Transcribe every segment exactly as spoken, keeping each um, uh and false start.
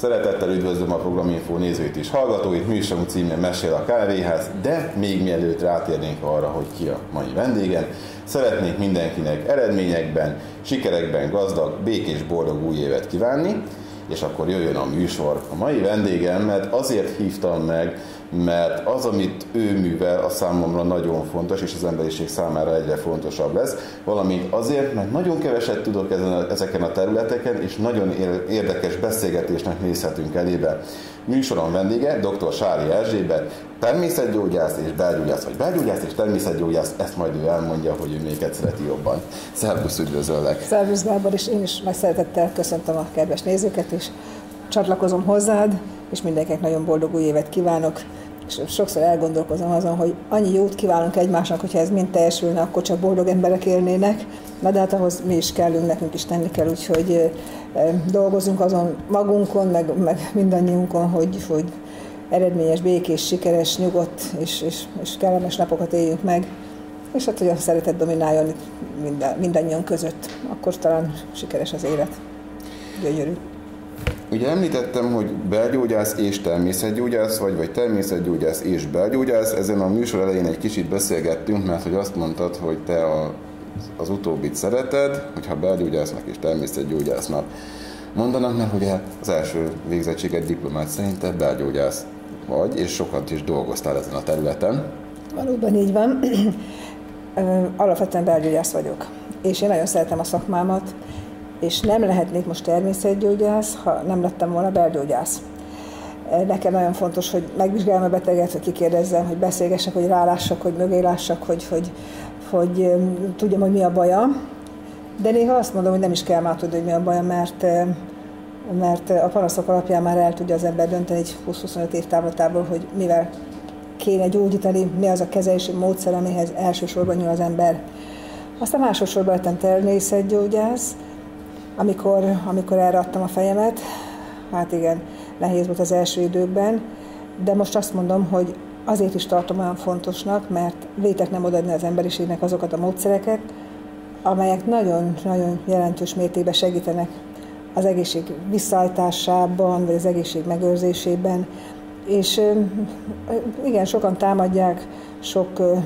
Szeretettel üdvözlöm a Programinfo nézőit és hallgatóit, műsorunk címe Mesél a kávéház, de még mielőtt rátérnénk arra, hogy ki a mai vendégem, szeretnék mindenkinek eredményekben, sikerekben gazdag, békés, boldog új évet kívánni, és akkor jöjjön a műsor. A mai vendégemet azért hívtam meg, mert az, amit ő művel, a számomra nagyon fontos, és az emberiség számára egyre fontosabb lesz, valamint azért, mert nagyon keveset tudok ezen a, ezeken a területeken, és nagyon érdekes beszélgetésnek nézhetünk elébe. Műsoron vendége dr. Sári Erzsébet, természetgyógyász és belgyógyász, vagy belgyógyász és természetgyógyász, ezt majd ő elmondja, hogy ő még szereti jobban. Szervusz, üdvözöllek! Szervusz Gábor, és én is nagy szeretettel köszöntöm a kedves nézőket, és csatlakozom hozzád, és mindenkinek nagyon boldog új évet kívánok. És sokszor elgondolkozom azon, hogy annyi jót kívánunk egymásnak, hogyha ez mind teljesülne, akkor csak boldog emberek élnének. Na de hát ahhoz mi is kellünk, nekünk is tenni kell, úgyhogy dolgozunk azon magunkon, meg, meg mindannyiunkon, hogy, hogy eredményes, békés, sikeres, nyugodt és, és, és kellemes napokat éljünk meg. És hát, hogy a szeretet domináljon minden, mindannyian között, akkor talán sikeres az élet. Gyönyörű. Ugye említettem, hogy belgyógyász és természetgyógyász vagy, vagy természetgyógyász és belgyógyász. Ezen a műsor elején egy kicsit beszélgettünk, mert hogy azt mondtad, hogy te a, az utóbbit szereted, hogyha belgyógyásznak és természetgyógyásznak mondanak, mert ugye az első végzettséged diplomát szerint te belgyógyász vagy, és sokat is dolgoztál ezen a területen. Valóban így van. Alapvetően belgyógyász vagyok, és én nagyon szeretem a szakmámat, és nem lehetnék most természetgyógyász, ha nem lettem volna belgyógyász. Nekem nagyon fontos, hogy megvizsgáljam a beteget, hogy kikérdezzem, hogy beszélgessek, hogy rálássak, hogy mögé lássak, hogy, hogy, hogy tudjam, hogy mi a baja. De néha azt mondom, hogy nem is kell már tudni, hogy mi a baja, mert, mert a panaszok alapján már el tudja az ember dönteni egy húsz-huszonöt év távlatából, hogy mivel kéne gyógyítani, mi az a kezelési módszer, amihez elsősorban nyúl az ember. Aztán másodszorban lettem természetgyógyász, Amikor, amikor erre adtam a fejemet, hát igen, nehéz volt az első időkben, de most azt mondom, hogy azért is tartom olyan fontosnak, mert vétek nem odaadni az emberiségnek azokat a módszereket, amelyek nagyon-nagyon jelentős mértékben segítenek az egészség visszaállításában, vagy az egészség megőrzésében. És igen, sokan támadják, sok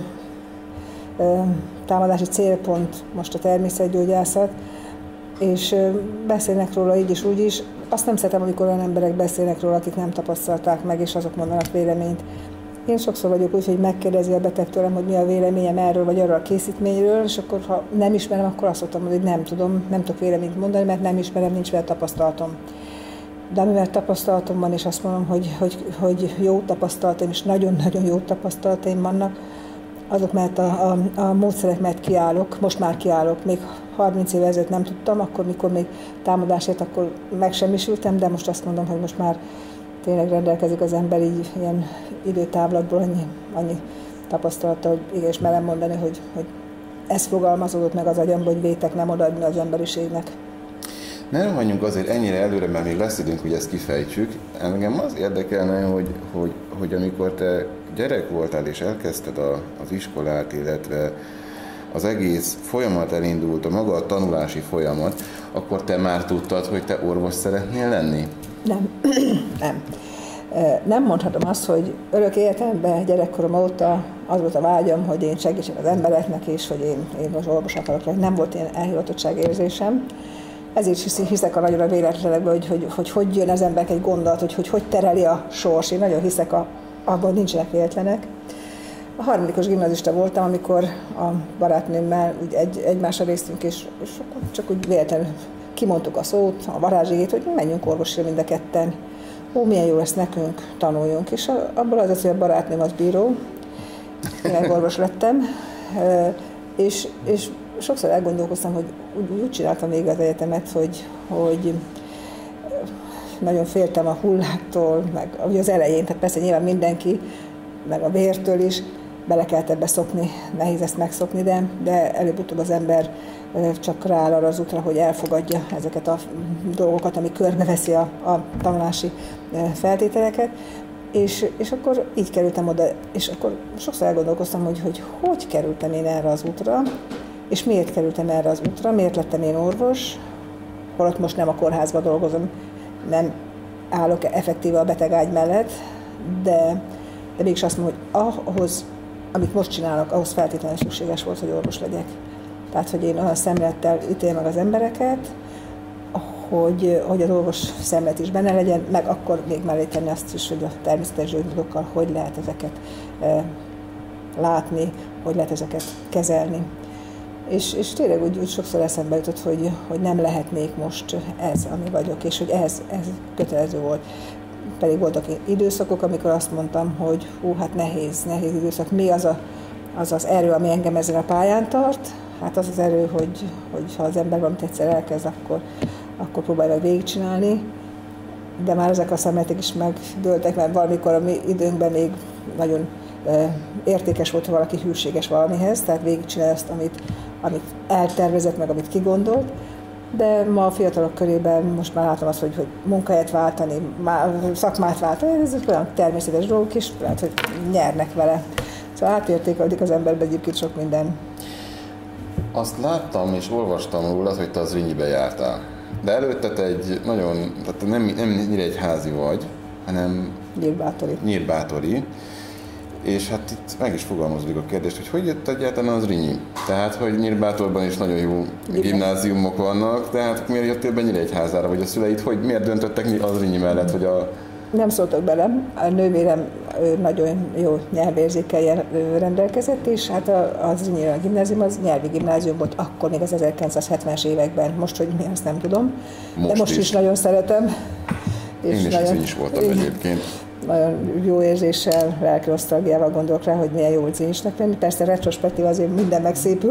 támadási célpont most a természetgyógyászat, és beszélnek róla így is, úgy is. Azt nem szeretem, amikor olyan emberek beszélnek róla, akik nem tapasztalták meg, és azok mondanak véleményt. Én sokszor vagyok úgy, hogy megkérdezi a beteg tőlem, hogy mi a véleményem erről, vagy arról a készítményről, és akkor, ha nem ismerem, akkor azt mondom, hogy nem tudom, nem tudok véleményt mondani, mert nem ismerem, nincs vele tapasztalatom. De amivel tapasztalatom van, és azt mondom, hogy, hogy, hogy jó tapasztalataim, és nagyon-nagyon jó tapasztalataim vannak, azok, mert a, a, a módszerek, mert kiállok, most már kiállok, még harminc éve ezelőtt nem tudtam, akkor, mikor még támadásért, akkor megsemmisültem, de most azt mondom, hogy most már tényleg rendelkezik az ember így ilyen időtávlatból annyi, annyi tapasztalata, hogy igenis merem mondani, hogy, hogy ez fogalmazódott meg az agyamban, hogy vétek nem odaadni az emberiségnek. Ne rohanjunk azért ennyire előre, mert még lesz időnk, hogy ezt kifejtsük. Engem az érdekelne, hogy, hogy, hogy amikor te gyerek voltál és elkezdted a, az iskolát, illetve az egész folyamat elindult, a maga a tanulási folyamat, akkor te már tudtad, hogy te orvos szeretnél lenni? Nem. Nem. Nem mondhatom azt, hogy örök életemben gyerekkorom óta az volt a vágyam, hogy én segítsek az embereknek, és hogy én, én most orvos akarok lenni. Nem volt ilyen elhivatottságérzésem. Ezért is hiszek a nagyra véletlenekben, hogy hogy, hogy hogy jön az emberek egy gondolat, hogy hogy, hogy tereli a sors. Én nagyon hiszek a, abban, hogy nincsenek véletlenek. A harmadikos gimnazista voltam, amikor a barátnőmmel úgy egy, egymásra résztünk, és, és csak úgy véletlenül kimondtuk a szót, a varázsigét, hogy menjünk orvosra mind a ketten. Ó, milyen jó lesz nekünk, tanuljunk. És abból az, hogy a barátnőm az bíró, én orvos lettem, és, és sokszor elgondolkoztam, hogy úgy, úgy csináltam végig az egyetemet, hogy, hogy nagyon féltem a hulláktól, meg az elején, tehát persze nyilván mindenki, meg a vértől is, bele kellett ebbe szokni, nehéz ezt megszokni, de, de előbb-utóbb az ember csak rááll arra az útra, hogy elfogadja ezeket a dolgokat, ami körbeveszi a, a tanulási feltételeket, és, és akkor így kerültem oda, és akkor sokszor elgondolkoztam, hogy, hogy hogy kerültem én erre az útra, és miért kerültem erre az útra, miért lettem én orvos, holott most nem a kórházban dolgozom, nem állok effektíve a betegágy mellett, de, de mégis azt mondom, hogy ahhoz, amit most csinálok, ahhoz feltétlenül szükséges volt, hogy orvos legyek. Tehát, hogy én olyan szemlettel ítéljem meg az embereket, hogy, hogy az orvos szemlet is benne legyen, meg akkor még mellé tenni azt is, hogy a természetes gyógymódokkal hogy lehet ezeket e, látni, hogy lehet ezeket kezelni. És, és tényleg úgy, úgy sokszor eszembe jutott, hogy, hogy nem lehetnék most ez, ami vagyok, és hogy ez, ez kötelező volt. Pedig voltak időszakok, amikor azt mondtam, hogy hú, hát nehéz, nehéz időszak. Mi az, a, az az erő, ami engem ezen a pályán tart? Hát az az erő, hogy, hogy ha az ember valamit egyszer elkezd, akkor, akkor próbálj meg végigcsinálni. De már ezek a szemletek is megdőltek, mert valamikor a mi időnkben még nagyon e, értékes volt, ha valaki hűséges valamihez, tehát végigcsinál azt, amit, amit eltervezett, meg amit kigondolt. De ma a fiatalok körében most már látom azt, hogy, hogy munkahelyet váltani, szakmát váltani, ez olyan természetes dolgok is, lehet, hogy nyernek vele. Szóval átértékelődik az emberben egyébként sok minden. Azt láttam és olvastam rólad, hogy te az Zrínyibe jártál. De előtte te egy nagyon, tehát nem, nem Nyíregyházi vagy, hanem Nyírbátori. Nyírbátori. És hát itt meg is fogalmazódik a kérdés, hogy hogy jött egyáltalán az Zrínyi? Tehát, hogy Nyírbátorban is nagyon jó gimnáziumok vannak, tehát miért jöttél be Nyíregyházára, vagy a szüleid, hogy miért döntöttek az Zrínyi mellett, hogy a... Nem szóltak bele, a nővérem nagyon jó nyelvérzékkel rendelkezett, és hát az Zrínyi a gimnázium az nyelvi gimnázium volt akkor még az ezerkilencszázhetvenes években, most, hogy mi azt nem tudom, most de most is, is nagyon szeretem. És Én is nagyon, is voltam én, egyébként. Nagyon jó érzéssel, lelki nosztalgiával gondolok rá, hogy milyen jó Zrinyisnek lenni. Persze retrospektív azért minden megszépül.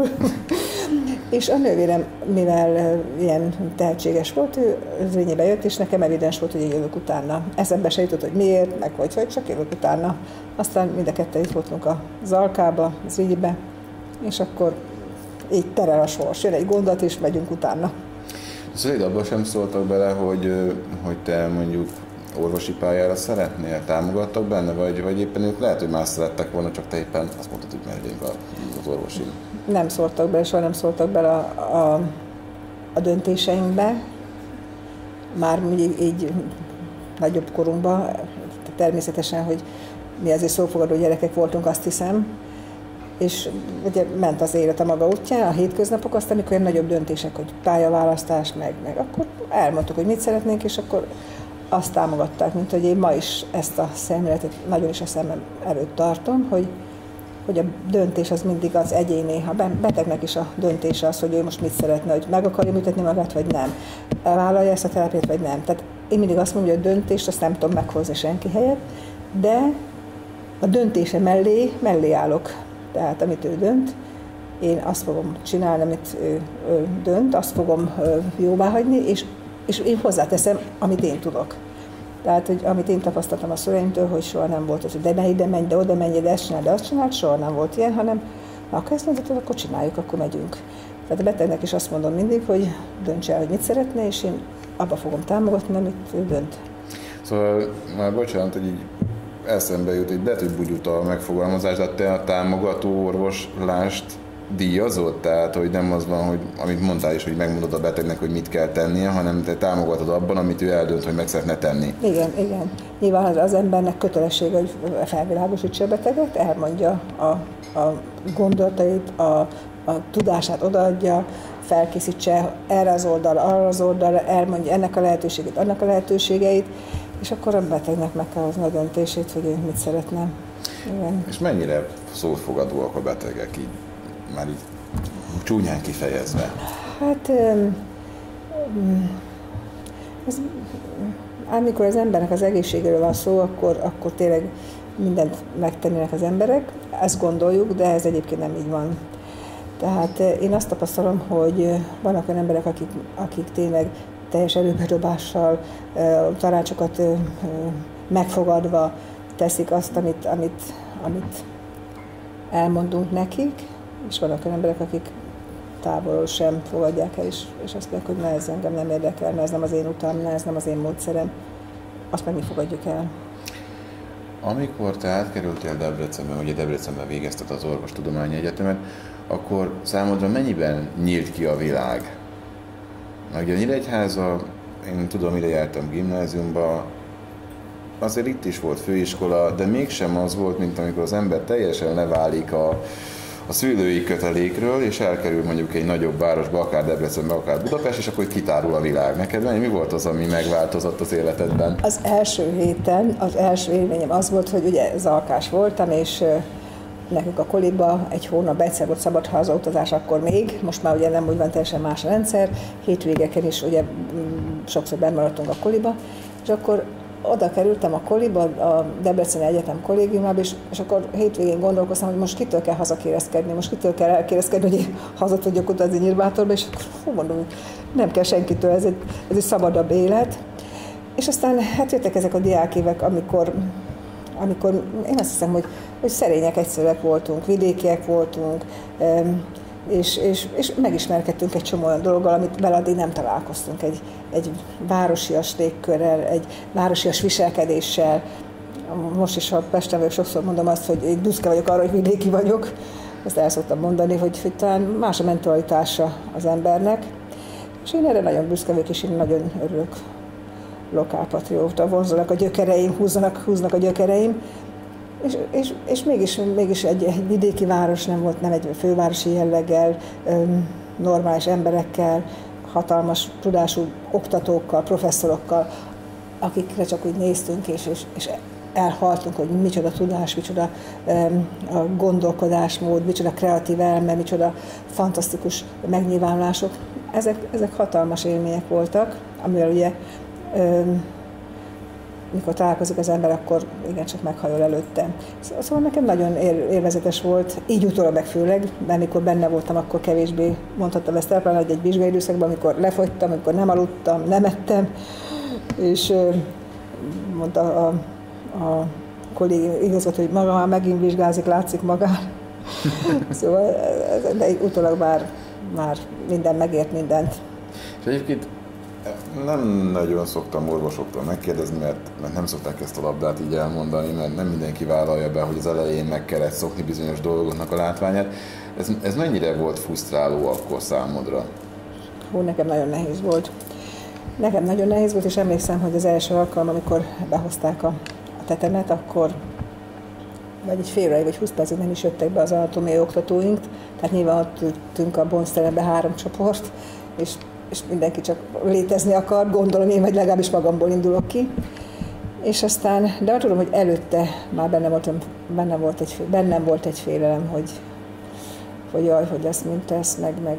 És a nővérem, mivel ilyen tehetséges volt, ő Zrínyibe jött, és nekem evidens volt, hogy én jövök utána. Eszembe se jutott, hogy miért, meg hogy, hogy csak jövök utána. Aztán mind a ketten itt voltunk a Zalkába, Zrínyibe, és akkor így terel a sors. Jön egy gondolat, és megyünk utána. Szóval abban sem szóltak bele, hogy, hogy te mondjuk orvosi pályára szeretnél? Támogattak benne? Vagy, vagy éppen ők lehet, hogy más szerettek volna, csak te éppen azt mondtad, hogy megyünk az orvosi. Nem szóltak bele, soha nem szóltak bele a, a, a döntéseinkbe. Már így, így nagyobb korunkban, természetesen, hogy mi azért szófogadó gyerekek voltunk, azt hiszem, és ugye ment az élet a maga útján, a hétköznapok, azt, amikor ilyen nagyobb döntések, hogy pályaválasztás, meg, meg akkor elmondtuk, hogy mit szeretnénk, és akkor azt támogatták, mint hogy én ma is ezt a szemléletet nagyon is a szemem előtt tartom, hogy, hogy a döntés az mindig az egyéni, a betegnek is a döntése az, hogy ő most mit szeretne, hogy meg akarja műtetni magát, vagy nem. Elvállalja ezt a terápiát, vagy nem. Tehát én mindig azt mondom, hogy a döntést azt nem tudom meghozni senki helyett, de a döntése mellé, mellé állok. Tehát amit ő dönt, én azt fogom csinálni, amit ő, ő dönt, azt fogom jóvá hagyni, és és én hozzáteszem, amit én tudok. Tehát, hogy amit én tapasztaltam a szüleimtől, hogy soha nem volt az, hogy de menj, ide menj, de oda menj, de ezt csinál, de azt csinál, soha nem volt ilyen, hanem ha ezt mondhatod, akkor csináljuk, akkor megyünk. Tehát a betegnek is azt mondom mindig, hogy dönts el, hogy mit szeretne, és én abba fogom támogatni, amit ő dönt. Szóval már bocsánat, hogy így eszembe jut, hogy lehet, hogy bugyuta a megfogalmazás, de te a támogató orvoslást díjazott, tehát hogy nem az van, hogy amit mondtál is, hogy megmondod a betegnek, hogy mit kell tennie, hanem te támogatod abban, amit ő eldönt, hogy meg szeretne tenni. Igen, igen. Nyilván az, az embernek kötelessége, hogy felvilágosítsa a beteget, elmondja a, a gondolatait, a, a tudását odaadja, felkészítse erre az oldalra, arra az oldalra, elmondja ennek a lehetőségét, annak a lehetőségeit, és akkor a betegnek meg kell hozni a döntését, hogy ő mit szeretne. Igen. És mennyire szófogadóak a betegek így? Már így csúnyán kifejezve. Hát, ez, amikor az embernek az egészségéről van szó, akkor, akkor tényleg mindent megtennének az emberek. Ezt gondoljuk, de ez egyébként nem így van. Tehát én azt tapasztalom, hogy vannak olyan emberek, akik, akik tényleg teljes erőbedobással, tanácsokat megfogadva teszik azt, amit, amit, amit elmondunk nekik, és vannak olyan emberek, akik távolról sem fogadják el, és, és azt mondják, hogy ne, ez engem nem érdekel, ne, ez nem az én utam, ne, ez nem az én módszerem. Azt meg mi fogadjuk el. Amikor te átkerültél Debrecenben, ugye Debrecenben végezted az Orvostudományi Egyetemet, akkor számodra mennyiben nyílt ki a világ? Ugye a Nyíregyháza, én tudom, ide jártam gimnáziumba, azért itt is volt főiskola, de mégsem az volt, mint amikor az ember teljesen leválik a, a szülői kötelékről, és elkerül mondjuk egy nagyobb városba, akár Debrecenbe, akár Budapest, és akkor kitárul a világ. Neked mi volt az, ami megváltozott az életedben? Az első héten, az első élményem az volt, hogy ugye zalkás voltam, és nekünk a koliba egy hónap egyszer volt szabad hazautazás akkor még, most már ugye nem úgy van, teljesen más a rendszer, hétvégeken is ugye sokszor bennmaradtunk a koliba, és akkor oda kerültem a koliba, a Debreceni Egyetem kollégiumába, és, és akkor hétvégén gondolkoztam, hogy most kitől kell hazakérezkedni, most kitől kell elkérezkedni, hogy én haza tudjak utazni Nyírbátorba, és akkor hú, mondom, nem kell senkitől, ez egy, ez egy szabadabb élet. És aztán hát jöttek ezek a diákévek, amikor, amikor én azt hiszem, hogy, hogy szerények, egyszerűek voltunk, vidékiek voltunk, és, és, és megismerkedtünk egy csomó olyan dologgal, amit vele addig nem találkoztunk. Egy, egy városias légkörrel, egy városias viselkedéssel. Most is, ha Pesten vagyok, sokszor mondom azt, hogy én büszke vagyok arra, hogy vidéki vagyok. Ezt el szoktam mondani, hogy, hogy talán más a mentalitása az embernek. És én erre nagyon büszke vagyok, és én nagyon örülök. Lokálpatrióta, vonzanak a gyökereim, húznak, húznak a gyökereim. És, és, és mégis, mégis egy, egy vidéki város nem volt, nem egy fővárosi jelleggel, normális emberekkel, hatalmas tudású oktatókkal, professzorokkal, akikre csak úgy néztünk, és, és, és elhaltunk, hogy micsoda tudás, micsoda a gondolkodásmód, micsoda kreatív elme, micsoda fantasztikus megnyilvánulások. Ezek, ezek hatalmas élmények voltak, amivel ugye mikor találkozik az ember, akkor igencsak meghajol előtte. Szóval nekem nagyon élvezetes volt, így utólag meg főleg, mert mikor benne voltam, akkor kevésbé mondhattam ezt el, pláne egy vizsgai időszakban, amikor lefogytam, amikor nem aludtam, nem ettem, és mondta a, a kollégém igazgató, hogy maga már megint vizsgázik, látszik magán. Szóval de utólag már, már minden megért mindent. És egyébként nem nagyon szoktam orvosoktól megkérdezni, mert, mert nem szokták ezt a labdát így elmondani, mert nem mindenki vállalja be, hogy az elején meg kellett szokni bizonyos dolgoknak a látványát. Ez, ez mennyire volt frusztráló akkor számodra? Hú, nekem nagyon nehéz volt. Nekem nagyon nehéz volt, és emlékszem, hogy az első alkalom, amikor behozták a, a tetemet, akkor vagy egy fél óráig, vagy húsz percig nem is jöttek be az anatómiai oktatóink, tehát nyilván ott ültünk a bonzteremben három csoport, és és mindenki csak létezni akar, gondolom én, vagy legalábbis magamból indulok ki. És aztán, de tudom, hogy előtte már benne voltam, benne volt egy, bennem volt egy félelem, hogy, hogy jaj, hogy lesz, mint tesz, meg, meg.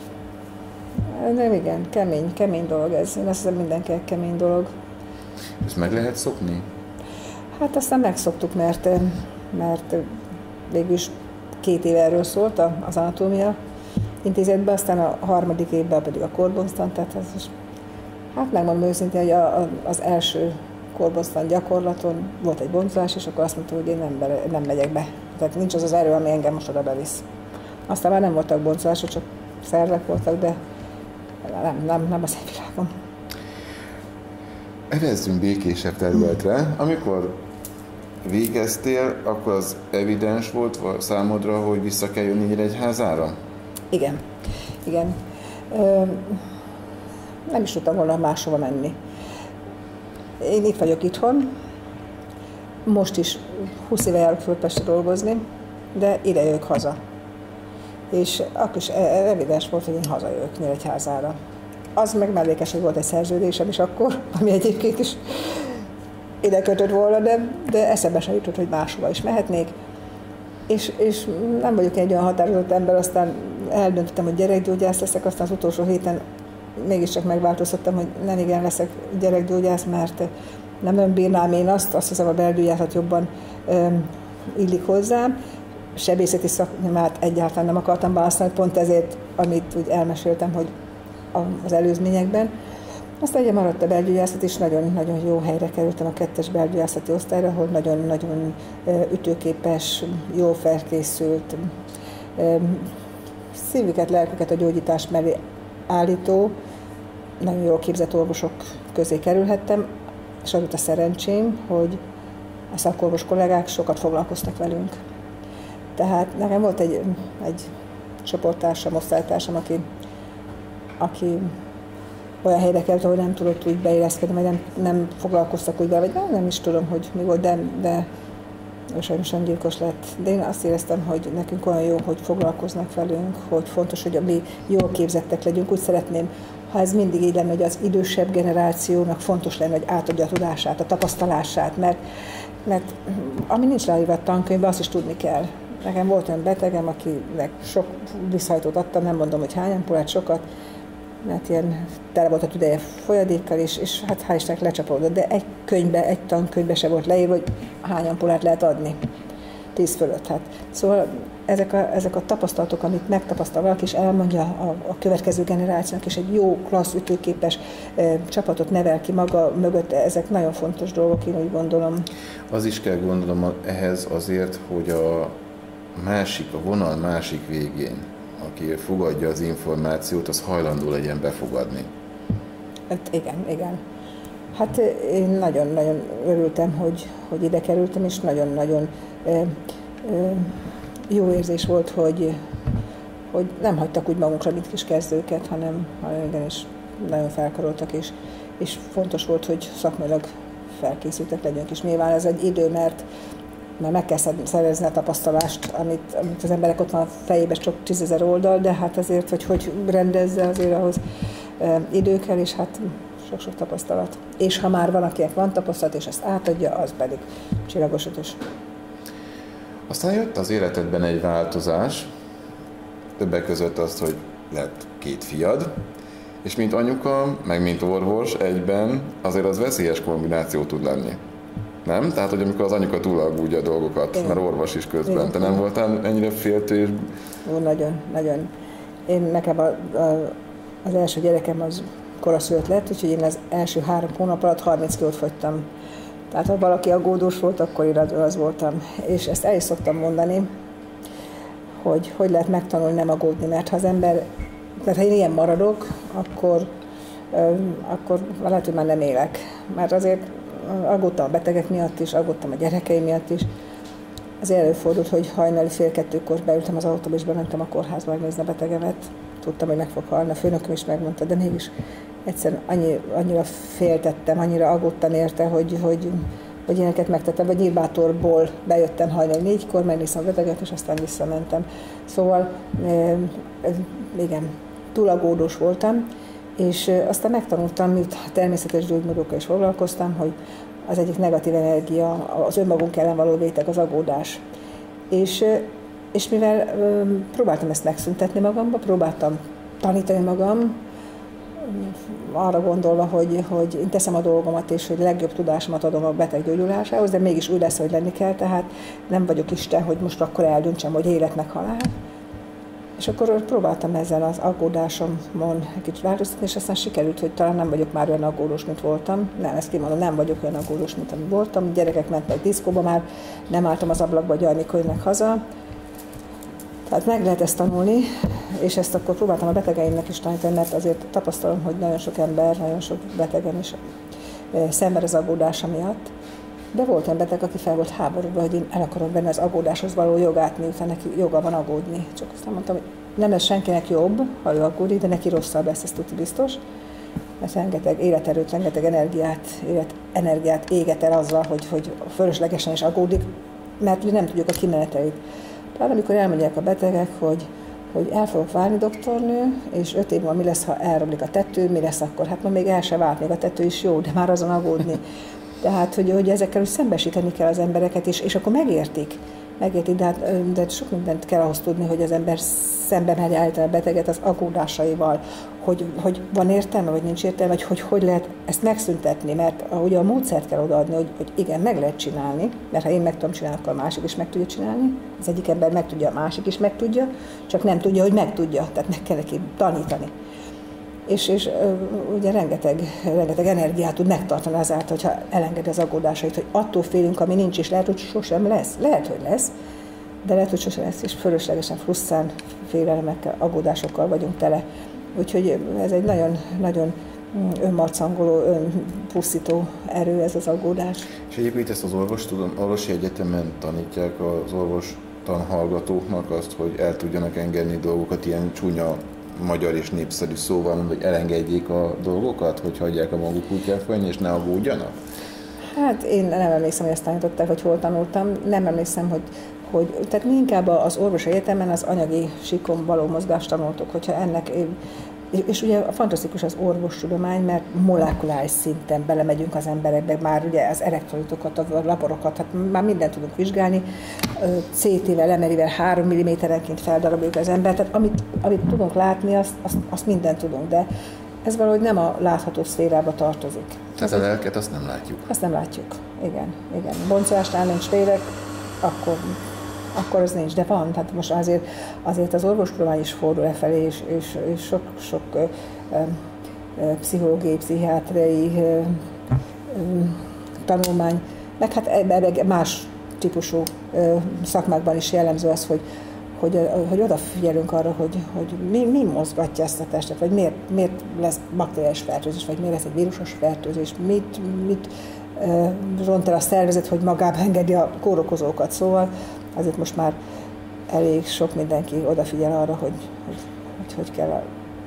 De igen, kemény, kemény dolog ez. Én azt hiszem, mindenkinek kemény dolog. Ezt meg lehet szokni? Hát aztán megszoktuk, mert, mert végülis két év erről szólt az anatómia intézetben, aztán a harmadik évben pedig a korbonztan, tehát ez is, hát megmondom őszintén, hogy a, a, az első korbonztan gyakorlaton volt egy bonzolás, és akkor azt mondta, hogy én nem, be, nem megyek be. Tehát nincs az az erő, ami engem most oda bevisz. Aztán már nem voltak bonzolások, csak szervek voltak, de nem, nem, nem az én világom. Erezzünk békésebb területre. Amikor végeztél, akkor az evidens volt számodra, hogy vissza kell jönni Nyíregyházára? Igen, igen. Ö, nem is tudtam volna máshova menni. Én itt vagyok itthon, most is húsz éve járok Fölpestre dolgozni, de ide jövök haza. És akkor is evidens volt, hogy én hazajövök Nyíregyházára. Az meg mellékes, hogy volt egy szerződésem is akkor, ami egyébként is ide kötött volna, de, de eszembe sem jutott, hogy máshova is mehetnék. És, és nem vagyok egy olyan határozott ember, aztán eldöntöttem, hogy gyerekgyógyász leszek, aztán az utolsó héten mégiscsak megváltoztattam, hogy nem igen leszek gyerekgyógyász, mert nem önbírnám én azt, azt hiszem a belgyógyászat jobban öm, illik hozzám. Sebészeti szakmát egyáltalán nem akartam választani, pont ezért, amit úgy elmeséltem, hogy az előzményekben. Aztán ugye maradt a belgyógyászat, és nagyon-nagyon jó helyre kerültem a kettes belgyógyászati osztályra, ahol nagyon-nagyon ütőképes, jó felkészült, szívüket, lelküket a gyógyítás mellé állító, nagyon jól képzett orvosok közé kerülhettem, és az volt a szerencsém, hogy a szakorvos kollégák sokat foglalkoztak velünk. Tehát nekem volt egy, egy csoporttársam, osztálytársam, aki, aki olyan helyre került, ahol nem tudott úgy beilleszkedni, vagy nem, nem foglalkoztak úgy be, vagy nem, nem is tudom, hogy mi volt, de, de sajnos öngyilkos lett. De én azt éreztem, hogy nekünk olyan jó, hogy foglalkoznak velünk, hogy fontos, hogy mi jól képzettek legyünk. Úgy szeretném, ha ez mindig így lenne, hogy az idősebb generációnak fontos lenne, hogy átadja a tudását, a tapasztalását, mert, mert ami nincs ráírva a tankönyvben, azt is tudni kell. Nekem volt olyan betegem, akinek sok visszahajtót adtam, nem mondom, hogy hány ampulát, sokat, mert ilyen tele volt a tüdeje folyadékkal, és, és hát hál' Istennek lecsapódott, de egy könyvbe, egy tankönyvbe se volt leírva, hogy hány ampulát lehet adni. Tíz fölött. Hát. Szóval ezek a, ezek a tapasztalatok, amit megtapasztal valaki, és elmondja a, a következő generációnak, és egy jó, klassz, ütőképes e, csapatot nevel ki maga mögött, ezek nagyon fontos dolgok, én úgy gondolom. Az is kell gondolom ehhez azért, hogy a másik, a vonal másik végén, aki fogadja az információt, az hajlandó legyen befogadni. Hát igen, igen. Hát én nagyon-nagyon örültem, hogy, hogy ide kerültem, és nagyon-nagyon e, e, jó érzés volt, hogy, hogy nem hagytak úgy magunkra, mint kis kezdőket, hanem, hanem igenis nagyon felkaroltak, és, és fontos volt, hogy szakmailag felkészültek legyünk is. Nyilván ez egy idő, mert mert meg kell szerezni a tapasztalást, amit, amit az emberek ott van a fejében, sok tízezer oldal, de hát azért, hogy hogy rendezze, azért ahhoz e, idő kell, és hát sok-sok tapasztalat. És ha már valakinek van tapasztalat, és ezt átadja, az pedig csillagos ötös. Aztán jött az életedben egy változás, többek között azt, hogy lett két fiad, és mint anyuka, meg mint orvos egyben azért az veszélyes kombináció tud lenni. Nem? Tehát, hogy amikor az anyuka túlaggódja a dolgokat, igen, mert orvos is közben. Igen. Te nem voltál ennyire féltő? És... Ó, nagyon, nagyon. Én nekem a, a, az első gyerekem az koraszülött lett, úgyhogy én az első három hónap alatt harminc kilót fogytam. Tehát ha valaki aggódós volt, akkor én az voltam. És ezt el is szoktam mondani, hogy hogy lehet megtanulni nem aggódni, mert ha az ember, tehát ha én ilyen maradok, akkor, akkor lehet, hogy már nem élek. Mert azért aggódtam a betegek miatt is, aggódtam a gyerekeim miatt is. Az előfordult, hogy hajnali fél kettőkor beültem az autóba, és bementem a kórházba megnézni a betegemet. Tudtam, hogy meg fog halni, a főnököm is megmondta, de mégis egyszerűen annyi, annyira féltettem, annyira aggódtam érte, hogy, hogy, hogy ilyeneket megtettem, vagy nyírbátorból bejöttem hajnali négykor, megnéztem a beteget, és aztán visszamentem. Szóval e, igen, túl aggódós voltam, és aztán megtanultam, mint természetes gyógymódokkal is foglalkoztam, hogy az egyik negatív energia, az önmagunk ellen való vétek, az aggódás. És, és mivel próbáltam ezt megszüntetni magamba, próbáltam tanítani magam, arra gondolva, hogy, hogy én teszem a dolgomat, és hogy legjobb tudásomat adom a beteg gyógyulásához, de mégis úgy lesz, hogy lenni kell, tehát nem vagyok Isten, hogy most akkor eldöntsem, hogy élet meg halál. És akkor próbáltam ezzel az aggódásomon egy kicsit változtatni, és aztán sikerült, hogy talán nem vagyok már olyan aggódós, mint voltam. Nem, ezt kimondom, nem vagyok olyan aggódós, mint amit voltam. Gyerekek mentek diszkóba, már nem álltam az ablakba, hogy jaj, mikor jönnek haza. Tehát meg lehet ezt tanulni, és ezt akkor próbáltam a betegeimnek is tanítani, mert azért tapasztalom, hogy nagyon sok ember, nagyon sok betegem is szenved az aggódása miatt. De volt olyan beteg, aki fel volt háborodva, hogy én el akarom venni az aggódáshoz való jogát, miután neki joga van aggódni. Csak aztán mondtam, hogy nem lesz senkinek jobb, ha ő aggódik, de neki rosszabb lesz, ez tuti biztos. Mert rengeteg életerőt, rengeteg energiát, életenergiát éget el azzal, hogy, hogy fölöslegesen is aggódik, mert nem tudjuk a kimenetelét. Tehát amikor elmondják a betegek, hogy, hogy el fogok válni doktornő, és öt év múlva mi lesz, ha elromlik a tető, mi lesz akkor? Hát ma még el se vált, még a tető is jó, de már azon aggódni. Tehát, hogy, hogy ezekkel úgy szembesíteni kell az embereket, és, és akkor megértik. Megértik, de, hát, de sok mindent kell ahhoz tudni, hogy az ember szembe merje állítani a beteget az aggódásaival, hogy, hogy van értelme, vagy nincs értelme, vagy hogy hogy lehet ezt megszüntetni, mert ugye a módszert kell odaadni, hogy, hogy igen, meg lehet csinálni, mert ha én meg tudom csinálni, akkor a másik is meg tudja csinálni. Az egyik ember meg tudja, a másik is meg tudja, csak nem tudja, hogy meg tudja, tehát meg kell neki tanítani. És, és ugye rengeteg, rengeteg energiát tud megtartani azáltal, hogyha elengedi az aggódásait, hogy attól félünk, ami nincs, és lehet, hogy sosem lesz. Lehet, hogy lesz, de lehet, hogy sosem lesz, és fölöslegesen frusztrán félelemekkel, aggódásokkal vagyunk tele. Úgyhogy ez egy nagyon, nagyon önmarcangoló, önpusztító erő ez az aggódás. És egyébként ezt az orvostudomány, orvosi egyetemen tanítják az orvos tanhallgatóknak azt, hogy el tudjanak engedni dolgokat ilyen csúnya magyar és népszerű szó van, hogy elengedjék a dolgokat, hogy hagyják a maguk útját folyni, és ne aggódjanak? Hát én nem emlékszem, hogy ezt tanították, vagy hol tanultam. Nem emlékszem, hogy, hogy tehát mi inkább az orvosi egyetemen az anyagi síkon való mozgást tanultuk, hogyha ennek, és ugye fantasztikus az orvostudomány, mert molekuláris szinten belemegyünk az emberekbe, már ugye az elektrolitokat, a laporokat, hát már mindent tudunk vizsgálni, cé té-vel, em er i-vel három milliméterenként feldaraboljuk az embert, tehát amit, amit tudunk látni, azt, azt, azt mindent tudunk, de ez valahogy nem a látható szférába tartozik. Tehát a lelket azt nem látjuk? Azt nem látjuk, igen. igen. Boncolásnál nincs lélek, akkor, akkor az nincs, de van. Tehát most azért, azért az orvostudomány is fordul e felé, és, és, és sok, sok ö, ö, ö, pszichológiai, pszichiátriai ö, ö, tanulmány, meg hát ebben más típusú ö, szakmákban is jellemző az, hogy Hogy, hogy odafigyelünk arra, hogy, hogy mi, mi mozgatja ezt a testet, vagy miért, miért lesz bakteriális fertőzés, vagy miért lesz egy vírusos fertőzés, mit, mit uh, ront el a szervezet, hogy magába engedi a kórokozókat. Szóval azért most már elég sok mindenki odafigyel arra, hogy hogy, hogy, hogy kell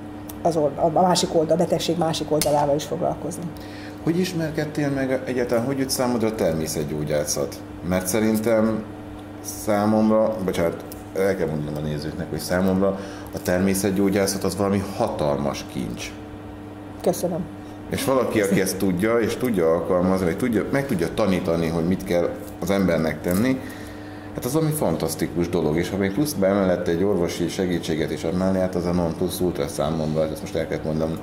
az old, a másik oldal, a betegség másik oldalával is foglalkozni. Hogy ismerkedtél meg egyáltalán, hogy jött számodra a természetgyógyászat? Mert szerintem számomra, bocsánat, el kell mondanom a nézőknek, hogy számomra a természetgyógyászat az valami hatalmas kincs. Köszönöm. És valaki, aki ezt tudja, és tudja alkalmazni, vagy tudja, meg tudja tanítani, hogy mit kell az embernek tenni, hát az valami fantasztikus dolog. És ha még plusz beemellett egy orvosi segítséget is adnál, hát az a non plus ultra számomra, hát ezt most el kell mondanom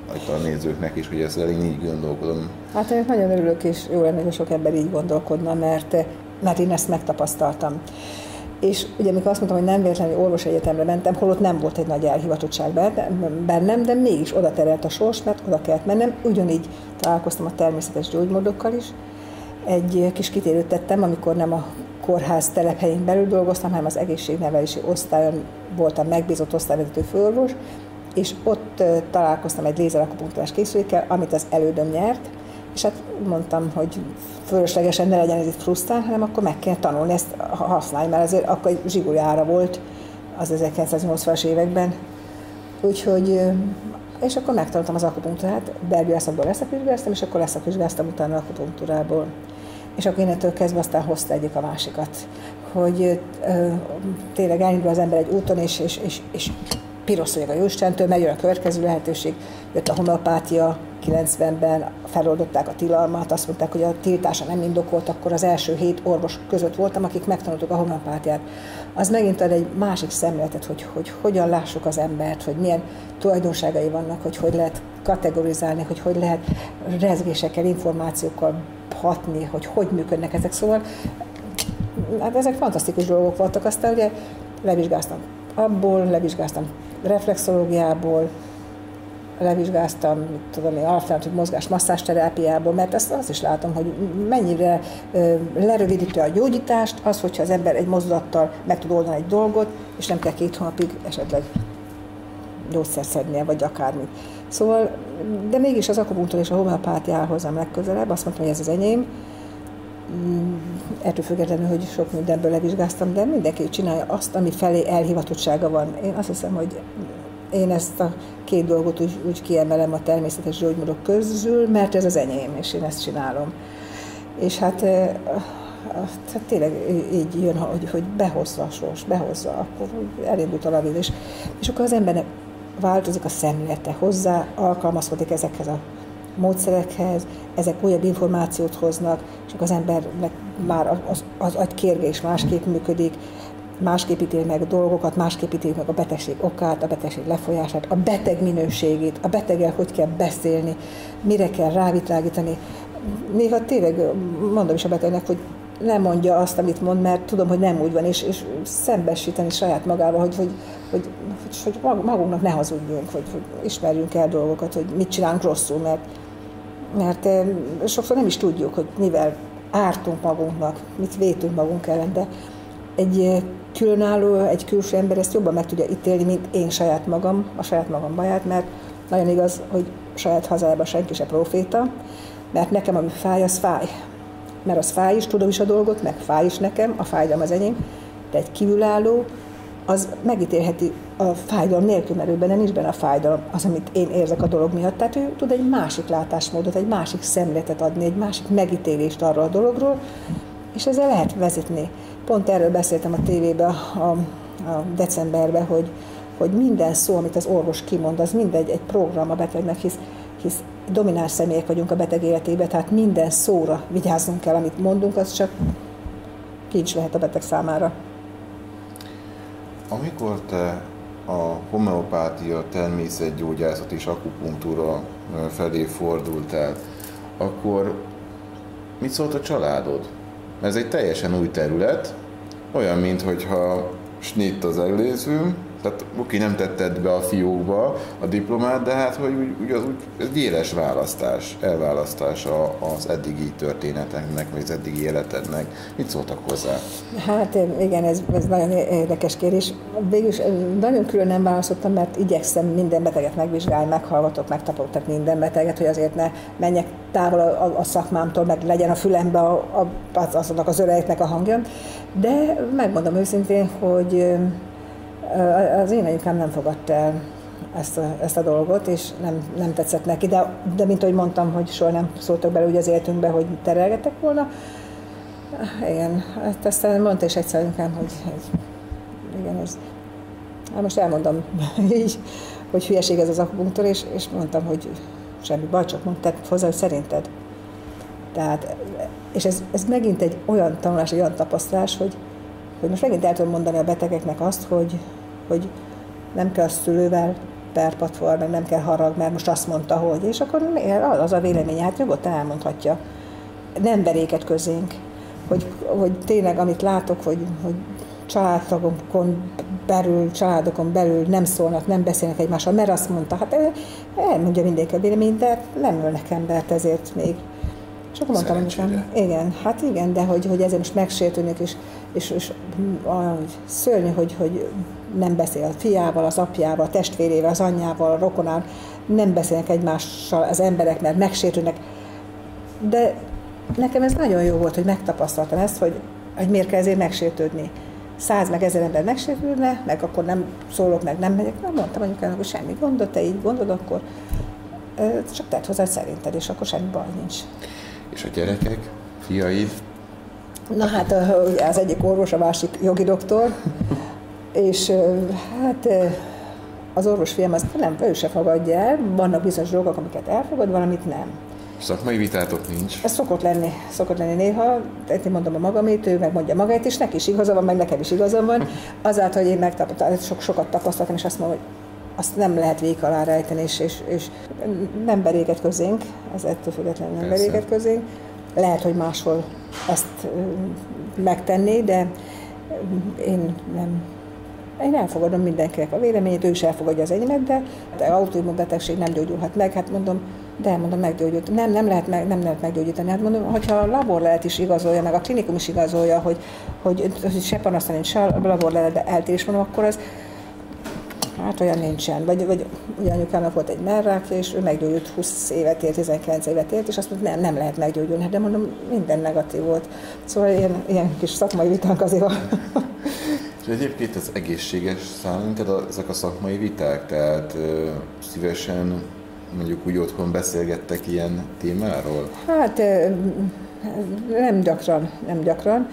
a nézőknek is, hogy ezt elég így gondolkodom. Hát én nagyon örülök, és jó lenne, hogy sok ember így gondolkodna, mert, mert én ezt megtapasztaltam. És ugye amikor azt mondtam, hogy nem véletlenül orvosi egyetemre mentem, holott nem volt egy nagy elhivatottság bennem, de mégis oda terelt a sors, mert oda kellett mennem. Ugyanígy találkoztam a természetes gyógymódokkal is. Egy kis kitérőt tettem, amikor nem a kórház telephelyén belül dolgoztam, hanem az egészségnevelési osztályon voltam megbízott osztályvezető főorvos, és ott találkoztam egy lézerakupunktúrás készülékkel, amit az elődöm nyert, és hát mondtam, hogy fölöslegesen ne legyen ez itt frusztrál, hanem akkor meg kell tanulni ezt használni, mert azért akkor egy zsiguli ára volt az ezerkilencszáznyolcvanas években. Úgyhogy, és akkor megtanultam az akupunktúrát, belgyógyászatból leszakvizsgáztam, és akkor leszakvizsgáztam utána akupunktúrából. És akkor innentől kezdve aztán hozta egyik a másikat. Hogy ö, tényleg elindul az ember egy úton, és, és, és, és piroszolja a jóistentől, megjön a következő lehetőség, jött a homeopátia, kilencvenben feloldották a tilalmat, azt mondták, hogy a tiltása nem indokolt, akkor az első hét orvos között voltam, akik megtanultuk a homeopátiát. Az megint ad egy másik szemléletet, hogy, hogy hogyan lássuk az embert, hogy milyen tulajdonságai vannak, hogy hogy lehet kategorizálni, hogy hogy lehet rezgésekkel, információkkal hatni, hogy hogy működnek ezek. Szóval hát ezek fantasztikus dolgok voltak. Aztán ugye levizsgáztam abból, levizsgáztam reflexológiából, levizsgáztam, mit tudom én, alternatív mozgás masszásterápiából, mert azt, azt is látom, hogy mennyire ö, lerövidíti a gyógyítást, az, hogyha az ember egy mozdulattal meg tud oldani egy dolgot, és nem kell két hónapig esetleg gyógyszert szednie, vagy akármit. Szóval, de mégis az akupunktúra és a homeopátia áll hozzám legközelebb, azt mondtam, hogy ez az enyém. Ettől függetlenül, hogy sok mindenből levizsgáztam, de mindenki csinálja azt, ami felé elhivatottsága van. Én azt hiszem, hogy én ezt a két dolgot úgy, úgy kiemelem a természetes gyógymódok közül, mert ez az enyém, és én ezt csinálom. És hát, hát tényleg így jön, hogy, hogy behozza a sors, behozza, akkor elindult a lavin, és, és akkor az embernek változik a szemlélete hozzá, alkalmazkodik ezekhez a módszerekhez, ezek újabb információt hoznak, és akkor az embernek már az, az agykérgés másképp működik, másképp ítél meg a dolgokat, másképp ítél meg a betegség okát, a betegség lefolyását, a beteg minőségét, a beteggel hogy kell beszélni, mire kell rávitlágítani. Néha tényleg mondom is a betegnek, hogy nem mondja azt, amit mond, mert tudom, hogy nem úgy van, és, és szembesíteni saját magával, hogy, hogy, hogy, hogy, hogy magunknak ne hazudjunk, hogy, hogy ismerjünk el dolgokat, hogy mit csinálunk rosszul, mert, mert sokszor nem is tudjuk, hogy mivel ártunk magunknak, mit vétünk magunk ellen, de egy különálló, egy külső ember ezt jobban meg tudja ítélni, mint én saját magam, a saját magam baját, mert nagyon igaz, hogy saját hazájában senki se proféta, mert nekem, ami fáj, az fáj. Mert az fáj is, tudom is a dolgot, meg fáj is nekem, a fájdalom az enyém, de egy kívülálló az megítélheti a fájdalom nélkül, mert ő benne nincs benne a fájdalom, az, amit én érzek a dolog miatt. Tehát ő tud egy másik látásmódot, egy másik szemléletet adni, egy másik megítélést arról a dologról, és ezzel lehet vezetni. Pont erről beszéltem a tévében a, a decemberben, hogy, hogy minden szó, amit az orvos kimond, az mindegy egy program a betegnek, hisz, hisz domináns személyek vagyunk a beteg életében, tehát minden szóra vigyázzunk kell, amit mondunk, az csak kincs lehet a beteg számára. Amikor te a homeopátia, természetgyógyászat és akupunktúra felé fordultál, akkor mit szólt a családod? Ez egy teljesen új terület, olyan, mintha snitt az előző, tehát oké, nem tetted be a fiókba a diplomát, de hát, hogy úgy, úgy az úgy, egy éles választás, elválasztása az eddigi történeteknek, vagy az eddigi életednek. Mit szóltak hozzá? Hát igen, ez, ez nagyon érdekes kérdés. Végülis nagyon külön nem választottam, mert igyekszem minden beteget megvizsgálni, meghallgatok, megtapogatok minden beteget, hogy azért ne menjek távol a, a, a szakmámtól, meg legyen a fülembe a, a, azonnak az öregeknek a hangja. De megmondom őszintén, hogy az én anyukám nem fogadta el ezt a, ezt a dolgot, és nem, nem tetszett neki, de, de mint ahogy mondtam, hogy soha nem szóltak bele úgy az életünkbe, hogy terelgetek volna. Igen, hát aztán mondta is egyszer anyukám, hogy ez, igen, ez, hát most elmondom így, hogy hülyeség ez az akupunktúra, és, és mondtam, hogy semmi baj, csak mondtad hozzá, hogy szerinted. Tehát, és ez, ez megint egy olyan tanulás, egy olyan tapasztalás, hogy hogy most megint el tudom mondani a betegeknek azt, hogy, hogy nem kell a szülővel perpatvar, meg nem kell harag, mert most azt mondta, hogy, és akkor az a véleménye, hát nyugodtan elmondhatja. Nem veréket közénk, hogy, hogy tényleg, amit látok, hogy, hogy családtagokon belül, családokon belül nem szólnak, nem beszélnek egymással, mert azt mondta, hát elmondja mindenki a véleményt, de nem ölnek embert ezért még. És akkor mondtam, hogy igen, hát igen, de hogy, hogy ezért most megsértődnek, és, és, és olyan, hogy szörnyű, hogy, hogy nem beszél a fiával, az apjával, a testvérével, az anyjával, a rokonával, nem beszélnek egymással az emberek, mert megsértődnek. De nekem ez nagyon jó volt, hogy megtapasztaltam ezt, hogy, hogy miért kell ezért megsértődni. Száz meg ezer ember megsértődne, meg akkor nem szólok, meg nem megyek. Nem mondtam anyukának, hogy semmi gondot, te így gondod, akkor csak tedd hozzá szerinted, és akkor semmi baj nincs. És a gyerekek, fiaid? Na hát az egyik orvos, a másik jogi doktor, és hát az orvos fiam azt nem, ő se fogadja el, vannak bizonyos dolgok, amiket elfogad, valamit nem. Szakmai vitátok nincs? Ez szokott lenni, szokott lenni néha, én mondom a magamét, ő megmondja magát, és neki is igaza van, meg nekem is igazam van, azáltal, hogy én megtapasztaltam, sok, sokat tapasztaltam, és azt mondom, hogy azt nem lehet vék alá rejteni, és, és, és nem beréget közénk, ez ettől függetlenül nem Persze. beréget közénk. Lehet, hogy máshol ezt megtenné, de én nem. Én elfogadom mindenkinek a véleményét, ő is elfogadja az enyémet, de az autoimmun betegség nem gyógyulhat meg, hát mondom, de mondom, meggyógyult. Nem, nem lehet, meg, nem lehet meggyógyítani. Hát mondom, hogyha a laborlelet is igazolja, meg a klinikum is igazolja, hogy, hogy, hogy se panaszt nincs, se a laborlelet eltérés, mondom, akkor az hát olyan nincsen. Vagy, vagy ugye anyukámnak volt egy merrák, és ő meggyógyult, húsz évet élt, tizenkilenc évet élt, és azt mondta, nem, nem lehet meggyógyulni. De mondom, minden negatív volt. Szóval ilyen, ilyen kis szakmai vitánk azért van. És egyébként ez egészséges számomra ezek a szakmai viták? Tehát ö, szívesen mondjuk úgy otthon beszélgettek ilyen témáról? Hát nem gyakran, nem gyakran.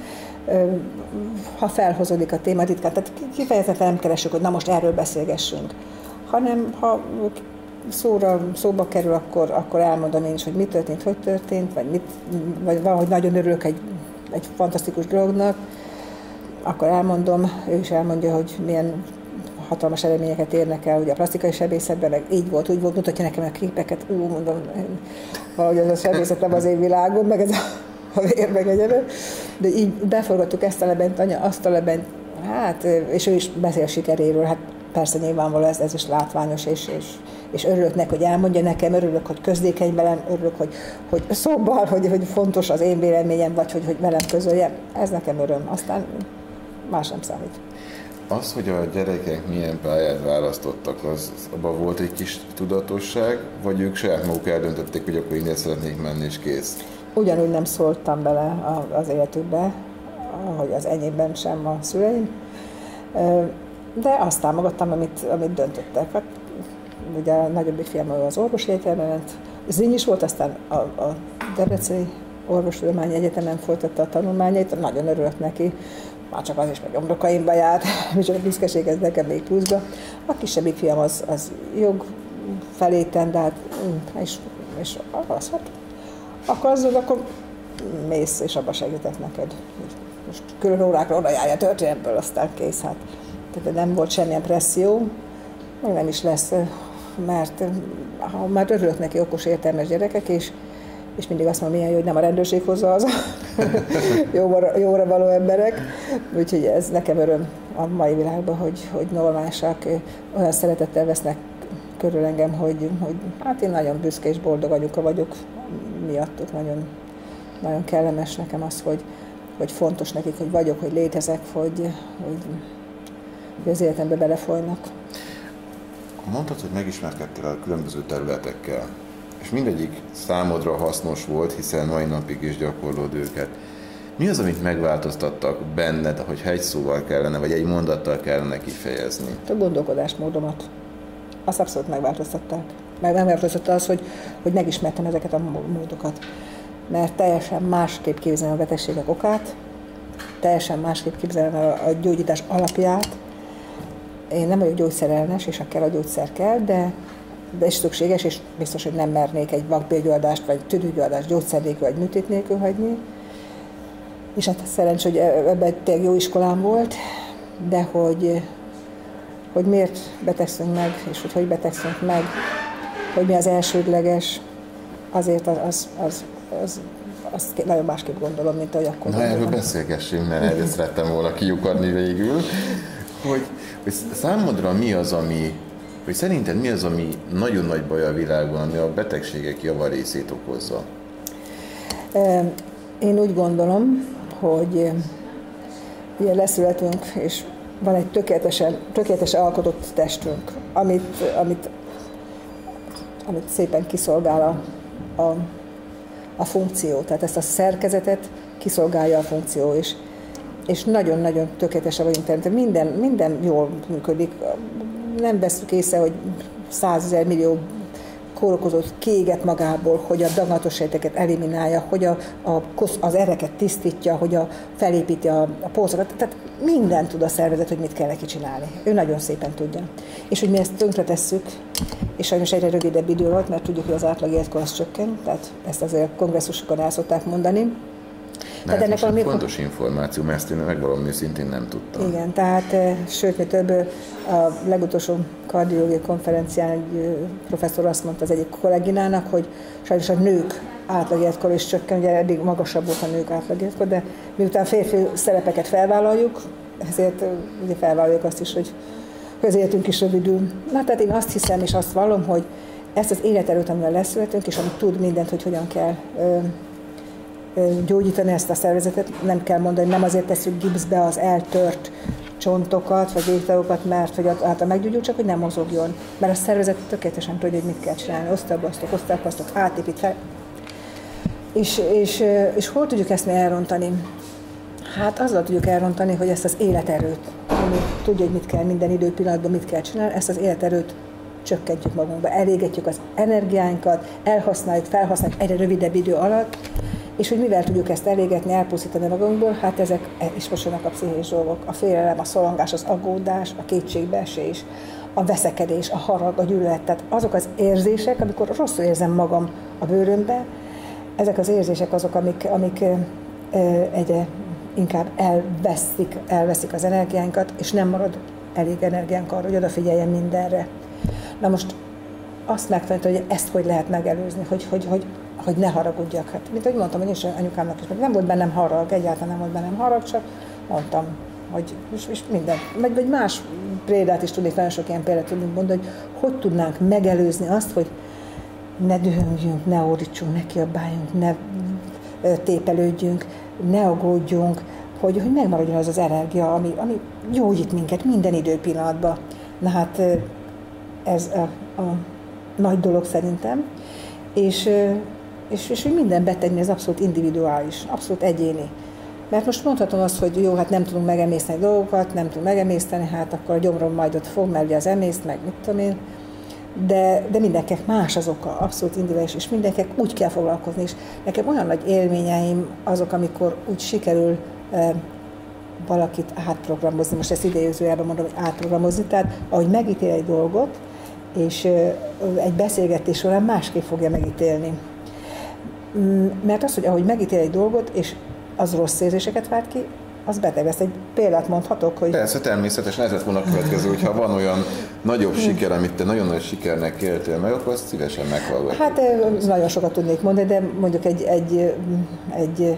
Ha felhozódik a téma ritkán, tehát kifejezetten nem keresünk, hogy na most erről beszélgessünk, hanem ha szóra, szóba kerül, akkor, akkor elmondom én is, hogy mi történt, hogy történt, vagy, mit, vagy valahogy nagyon örülök egy, egy fantasztikus dolognak, akkor elmondom, ő is elmondja, hogy milyen hatalmas eredményeket érnek el, ugye a plastikai sebészetben, meg így volt, úgy volt, mutatja nekem a képeket, ú, mondom, valahogy az a sebészet nem az én világom, meg ez a a vér meg egyébként. De így beforgattuk ezt a lebent, anya, azt a lebent, hát, és ő is beszél sikeréről, hát persze nyilvánvaló ez, ez is látványos, és, és, és örülök neki, hogy elmondja nekem, örülök, hogy közlékeny velem, örülök, hogy, hogy szóval, hogy, hogy fontos az én véleményem, vagy hogy, hogy velem közölje, ez nekem öröm, aztán más nem számít. Az, hogy a gyerekek milyen pályát választottak, az abban volt egy kis tudatosság, vagy ők saját maguk eldöntötték, hogy akkor innen szeretnék menni, és kész? Ugyanúgy nem szóltam bele az életükbe, ahogy az enyémben sem a szüleim. de azt támogattam, amit, amit döntöttek. Hát, ugye a nagyobbik fiam az orvosi egyetemre ment, Zrínyi volt, aztán a, a Debreceni Orvostudományi Egyetemen folytatta a tanulmányait, nagyon örülök neki, már csak az is, hogy omrokaimba járt, micsoda büszkeség ez nekem még pluszba. A kisebbik fiam az, az jog felé tendált, és, és az, hát, akkor az, akkor mész, és abba segített neked. Most külön órákra oda járja történetből, aztán kész. Hát. Tehát nem volt semmilyen presszió, meg nem is lesz, mert ha már örülök neki okos, értelmes gyerekek, és, és mindig azt mondom, milyen jó, hogy nem a rendőrség hozza az jóra, jóra való emberek. Úgyhogy ez nekem öröm a mai világban, hogy, hogy normálisak, olyan szeretettel vesznek körül engem, hogy, hogy hát én nagyon büszke és boldog anyuka vagyok miattuk. Nagyon, nagyon kellemes nekem az, hogy, hogy fontos nekik, hogy vagyok, hogy létezek, hogy, hogy, hogy az életembe belefolynak. Mondtad, hogy megismerkedtél a különböző területekkel, és mindegyik számodra hasznos volt, hiszen mai napig is gyakorlod őket. Mi az, amit megváltoztattak benned, hogyha egy szóval kellene, vagy egy mondattal kellene kifejezni? A gondolkodásmódomat. Azt abszolút megváltoztatták. Meg megváltoztatta az, hogy, hogy megismertem ezeket a módokat. Mert teljesen másképp képzelem a betegségek okát, teljesen másképp képzelem a, a gyógyítás alapját. Én nem vagyok gyógyszerellenes, és ha kell, a gyógyszer kell, de, de is szükséges, és biztos, hogy nem mernék egy vakbélgyógyuldást, vagy tüdőgyógyuldást gyógyszer nélkül, vagy műtét nélkül hagyni. És hát szerencs, hogy ebben tényleg jó iskolám volt, de hogy, hogy miért betegszünk meg, és hogy hogy betegszünk meg, hogy mi az elsődleges, azért az, az, az, az, azt nagyon másképp gondolom, mint ahogy akkor Na, gondolom. erről beszélgessünk, mert erről szerettem volna kiukadni végül, hogy, hogy számodra mi az, ami, hogy szerinted mi az, ami nagyon nagy baj a világban, ami a betegségek javarészét okozza? Én úgy gondolom, hogy ugye leszületünk, és van egy tökéletesen, tökéletesen alkotott testünk, amit, amit, amit szépen kiszolgál a, a, a funkció. Tehát ezt a szerkezetet kiszolgálja a funkció is. És nagyon-nagyon tökéletesen vagyunk teremtve. Minden, minden jól működik. Nem veszük észre, hogy százezer millió kórokozót kiéget magából, hogy a daganatos sejteket eliminálja, hogy a, a, az ereket tisztítja, hogy a, felépíti a, a pószokat. Tehát mindent tud a szervezet, hogy mit kell neki csinálni. Ő nagyon szépen tudja. És hogy mi ezt tönkretesszük, és sajnos egyre rövidebb idő volt, mert tudjuk, hogy az átlag életkor az csökken, tehát ezt azért kongresszusokon el szokták mondani. Tehát ennek valami fontos információ, mert ezt én megvalami szintén nem tudtam. Igen, tehát sőt, mi több, a legutolsó kardiológiai konferencián egy professzor azt mondta az egyik kolléginának, hogy sajnos a nők átlagjéletkor is csökken, ugye eddig magasabb volt a nők átlagjéletkor, de miután férfi szerepeket felvállaljuk, ezért ugye felvállaljuk azt is, hogy az életünk is rövidül. Na, tehát én azt hiszem, és azt vallom, hogy ezt az életerőt, amivel leszületünk, és amit tud mindent, hogy hogyan kell gyógyítani ezt a szervezetet, nem kell mondani, nem azért tesszük gipszbe az eltört csontokat, vagy végtagokat, mert hogy által meggyógyul, csak hogy nem mozogjon. Mert a szervezet tökéletesen tudja, hogy mit kell csinálni. Osztályoztok, osztályoztok, átépít fel. És, és, és hol tudjuk ezt mi elrontani? Hát azzal tudjuk elrontani, hogy ezt az életerőt, ami tudja, hogy mit kell minden időpillanatban, mit kell csinálni, ezt az életerőt csökkentjük magunkba, elégetjük az energiánkat, elhasználjuk, felhasználjuk egyre rövidebb idő alatt, és hogy mivel tudjuk ezt elégetni, elpusztítani magunkból, hát ezek is mosanak a pszichés dolgok. A félelem, a szorongás, az aggódás, a kétségbeesés, a veszekedés, a harag, a gyűlölet. Tehát azok az érzések, amikor rosszul érzem magam a bőrömbe, ezek az érzések azok, amik, amik egyre inkább elveszik, elveszik az energiánkat, és nem marad elég energiánk arra, hogy odafigyeljen mindenre. Na most azt megtanítani, hogy ezt hogy lehet megelőzni, hogy, hogy, hogy, hogy ne haragudjak. Hát, mint ahogy mondtam, hogy is anyukámnak is, nem volt bennem harag, egyáltalán nem volt bennem harag, csak mondtam, hogy és, és minden. Meg vagy más példát is tudnék, nagyon sok ilyen példát tudnék mondani, hogy hogy tudnánk megelőzni azt, hogy ne dühöngjünk, ne ordítsunk, ne kiabáljunk, ne tépelődjünk, ne aggódjunk, hogy, hogy megmaradjon az az energia, ami, ami gyógyít minket minden időpillanatban. Na hát ez a, a nagy dolog szerintem, és, és, és hogy minden betegnél ez abszolút individuális, abszolút egyéni. Mert most mondhatom azt, hogy jó, hát nem tudunk megemészteni dolgokat, nem tudunk megemészteni, hát akkor a gyomrom majd ott fog, mert ugye az emészt, meg mit tudom én. De, de mindenkinek más az oka, abszolút individuális, és mindenkinek úgy kell foglalkozni. És nekem olyan nagy élményeim azok, amikor úgy sikerül e, valakit átprogramozni, most ezt idézőjelben mondom, hogy átprogramozni, tehát ahogy megítél egy dolgot, és e, egy beszélgetés során másképp fogja megítélni. Mert az, hogy ahogy megítél egy dolgot, és az rossz érzéseket vált ki, az beteg lesz. Egy példát mondhatok, hogy... Persze, természetesen ez lett volna a következő, hogyha van olyan nagyobb siker, amit te nagyon nagy sikernek éltél meg, akkor azt szívesen meghallgatjuk. Hát nagyon sokat tudnék mondani, de mondjuk egy, egy, egy,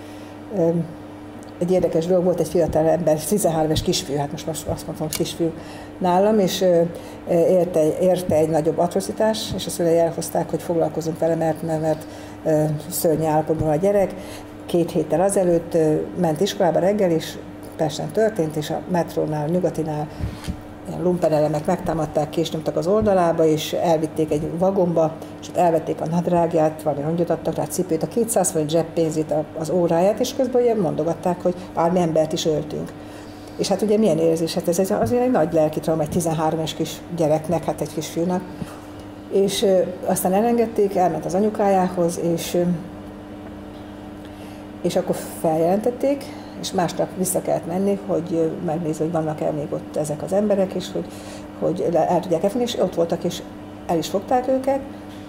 egy érdekes dolog volt, egy fiatal ember, tizenhárom éves kisfiú, hát most azt mondtam, kisfiú nálam, és érte, érte egy nagyobb atrocitás, és a szülei elhozták, hogy foglalkozunk vele, mert, mert, mert szörnyű állapotban a gyerek. Két héttel azelőtt ment iskolába reggel, és Pesten történt, és a metrónál, nyugatinál ilyen lumpenelemek megtámadták, késnyomtak az oldalába, és elvitték egy vagomba, és ott elvették a nadrágját, valami rongyot adtak rá, cipőt, a kétszáz forint zseppénzét, az óráját, és közben ugye mondogatták, hogy bármi embert is öltünk. És hát ugye milyen érzés? Hát ez azért egy nagy lelki trauma, egy tizenhárom éves kis gyereknek, hát egy kisfiúnak. És ö, aztán elengedték, elment az anyukájához, és ö, és akkor feljelentették, és másnap vissza kellett menni, hogy megnézni, hogy vannak-e még ott ezek az emberek, és hogy, hogy el tudják elfogni, és ott voltak, és el is fogták őket.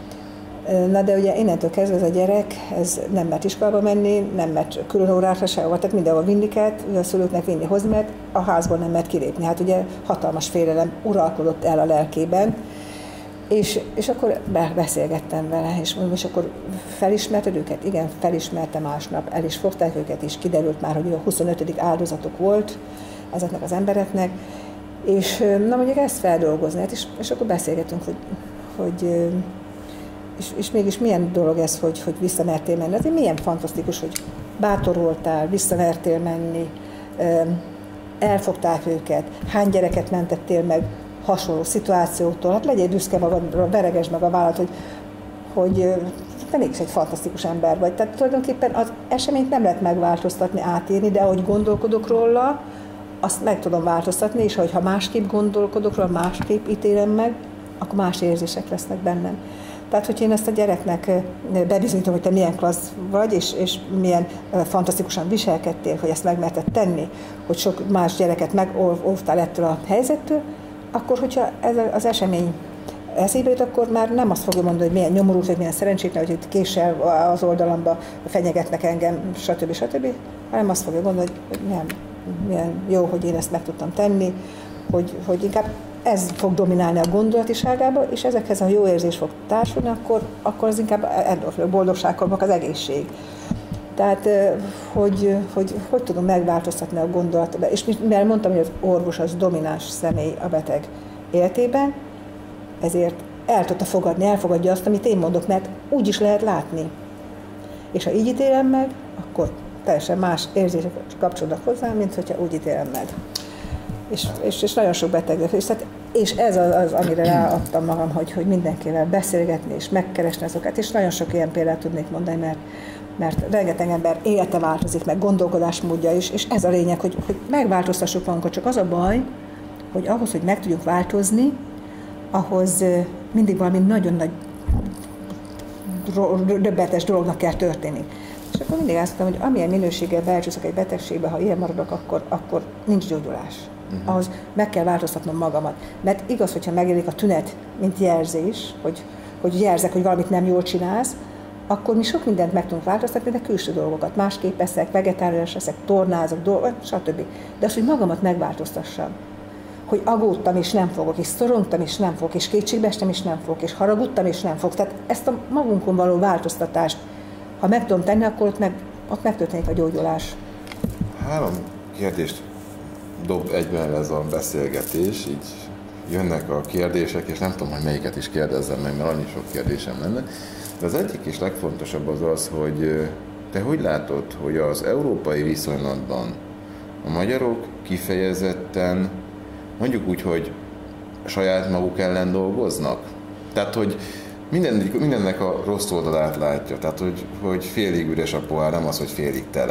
Na de ugye innentől kezdve ez a gyerek, ez nem mert iskolába menni, nem mert külön órára sehova, tehát mindenhol vinni kellett, a szülőknek vinni hozni, mert a házból nem mert kilépni. Hát ugye hatalmas félelem uralkodott el a lelkében, És, és akkor beszélgettem vele, és mondom, és akkor felismerted őket? Igen, felismerte másnap, el is fogták őket, és kiderült már, hogy a huszonötödik áldozatok volt ezeknek az embereknek, és na mondjuk ezt feldolgozni, és, és akkor beszélgetünk, hogy, hogy és, és mégis milyen dolog ez, hogy, hogy visszamertél menni. Azért milyen fantasztikus, hogy bátor voltál, visszamertél menni, elfogták őket, hány gyereket mentettél meg hasonló szituációtól, hát legyél büszke magadra, veregesd meg a vállat, hogy, hogy te mégis egy fantasztikus ember vagy. Tehát tulajdonképpen az eseményt nem lehet megváltoztatni, átírni, de ahogy gondolkodok róla, azt meg tudom változtatni, és ha másképp gondolkodok róla, másképp ítélem meg, akkor más érzések lesznek bennem. Tehát, hogy én ezt a gyereknek bebizonyítom, hogy te milyen klassz vagy, és, és milyen fantasztikusan viselkedtél, hogy ezt megmerted tenni, hogy sok más gyereket megóvtál ettől a helyzettől, akkor, hogyha ez az esemény eszébe jut, akkor már nem azt fogja mondani, hogy milyen nyomorult, vagy milyen szerencsétlen, hogy itt késsel az oldalamba fenyegetnek engem, stb. stb., hanem azt fogja gondolni, hogy milyen, milyen jó, hogy én ezt meg tudtam tenni, hogy, hogy inkább ez fog dominálni a gondolatiságába, és ezekhez a jó érzés fog társulni, akkor, akkor az inkább endorfin, boldogságkornak az egészség. Tehát, hogy, hogy hogy tudom megváltoztatni a gondolatot. És mivel mondtam, hogy az orvos az domináns személy a beteg életében, ezért el tudta fogadni, elfogadja azt, amit én mondok, mert úgy is lehet látni. És ha így ítélem meg, akkor teljesen más érzések kapcsolódnak hozzá, mint hogyha úgy ítélem meg. És, és, és nagyon sok beteg. És, tehát, és ez az, az, amire ráadtam magam, hogy, hogy mindenkivel beszélgetni és megkeresni azokat. És nagyon sok ilyen példát tudnék mondani, mert mert rengeteg ember élete változik, meg gondolkodásmódja is, és ez a lényeg, hogy, hogy megváltoztassuk magunkat. Csak az a baj, hogy ahhoz, hogy meg tudjunk változni, ahhoz mindig valami nagyon nagy döbbenetes dolognak kell történni. És akkor mindig azt mondtam, hogy amilyen minőséggel beelcsúszok egy betegségbe, ha ilyen maradok, akkor, akkor nincs gyógyulás. Uh-huh. Ahhoz meg kell változtatnom magamat. Mert igaz, hogyha megjelenik a tünet, mint jelzés, hogy, hogy jelzek, hogy valamit nem jól csinálsz, akkor mi sok mindent meg tudunk változtatni, de külső dolgokat. Másképp eszek, vegetáriánus leszek, tornázok, dolgok, stb. De az, hogy magamat megváltoztassam, hogy aggódtam és nem fogok, és szorongtam és nem fogok, és kétségbeestem és nem fogok, és haragudtam és nem fogok. Tehát ezt a magunkon való változtatást, ha meg tudom tenni, akkor ott, meg, ott megtörténik a gyógyulás. Három kérdést dob egyben ez a beszélgetés, így jönnek a kérdések, és nem tudom, hogy melyiket is kérdezzem meg, mert annyi sok kérdésem lenne. De az egyik és legfontosabb az az, hogy te hogy látod, hogy az európai viszonylatban a magyarok kifejezetten, mondjuk úgy, hogy saját maguk ellen dolgoznak? Tehát, hogy minden, mindennek a rossz oldalát látja, tehát, hogy, hogy félig üres a pohár, nem az, hogy félig tele.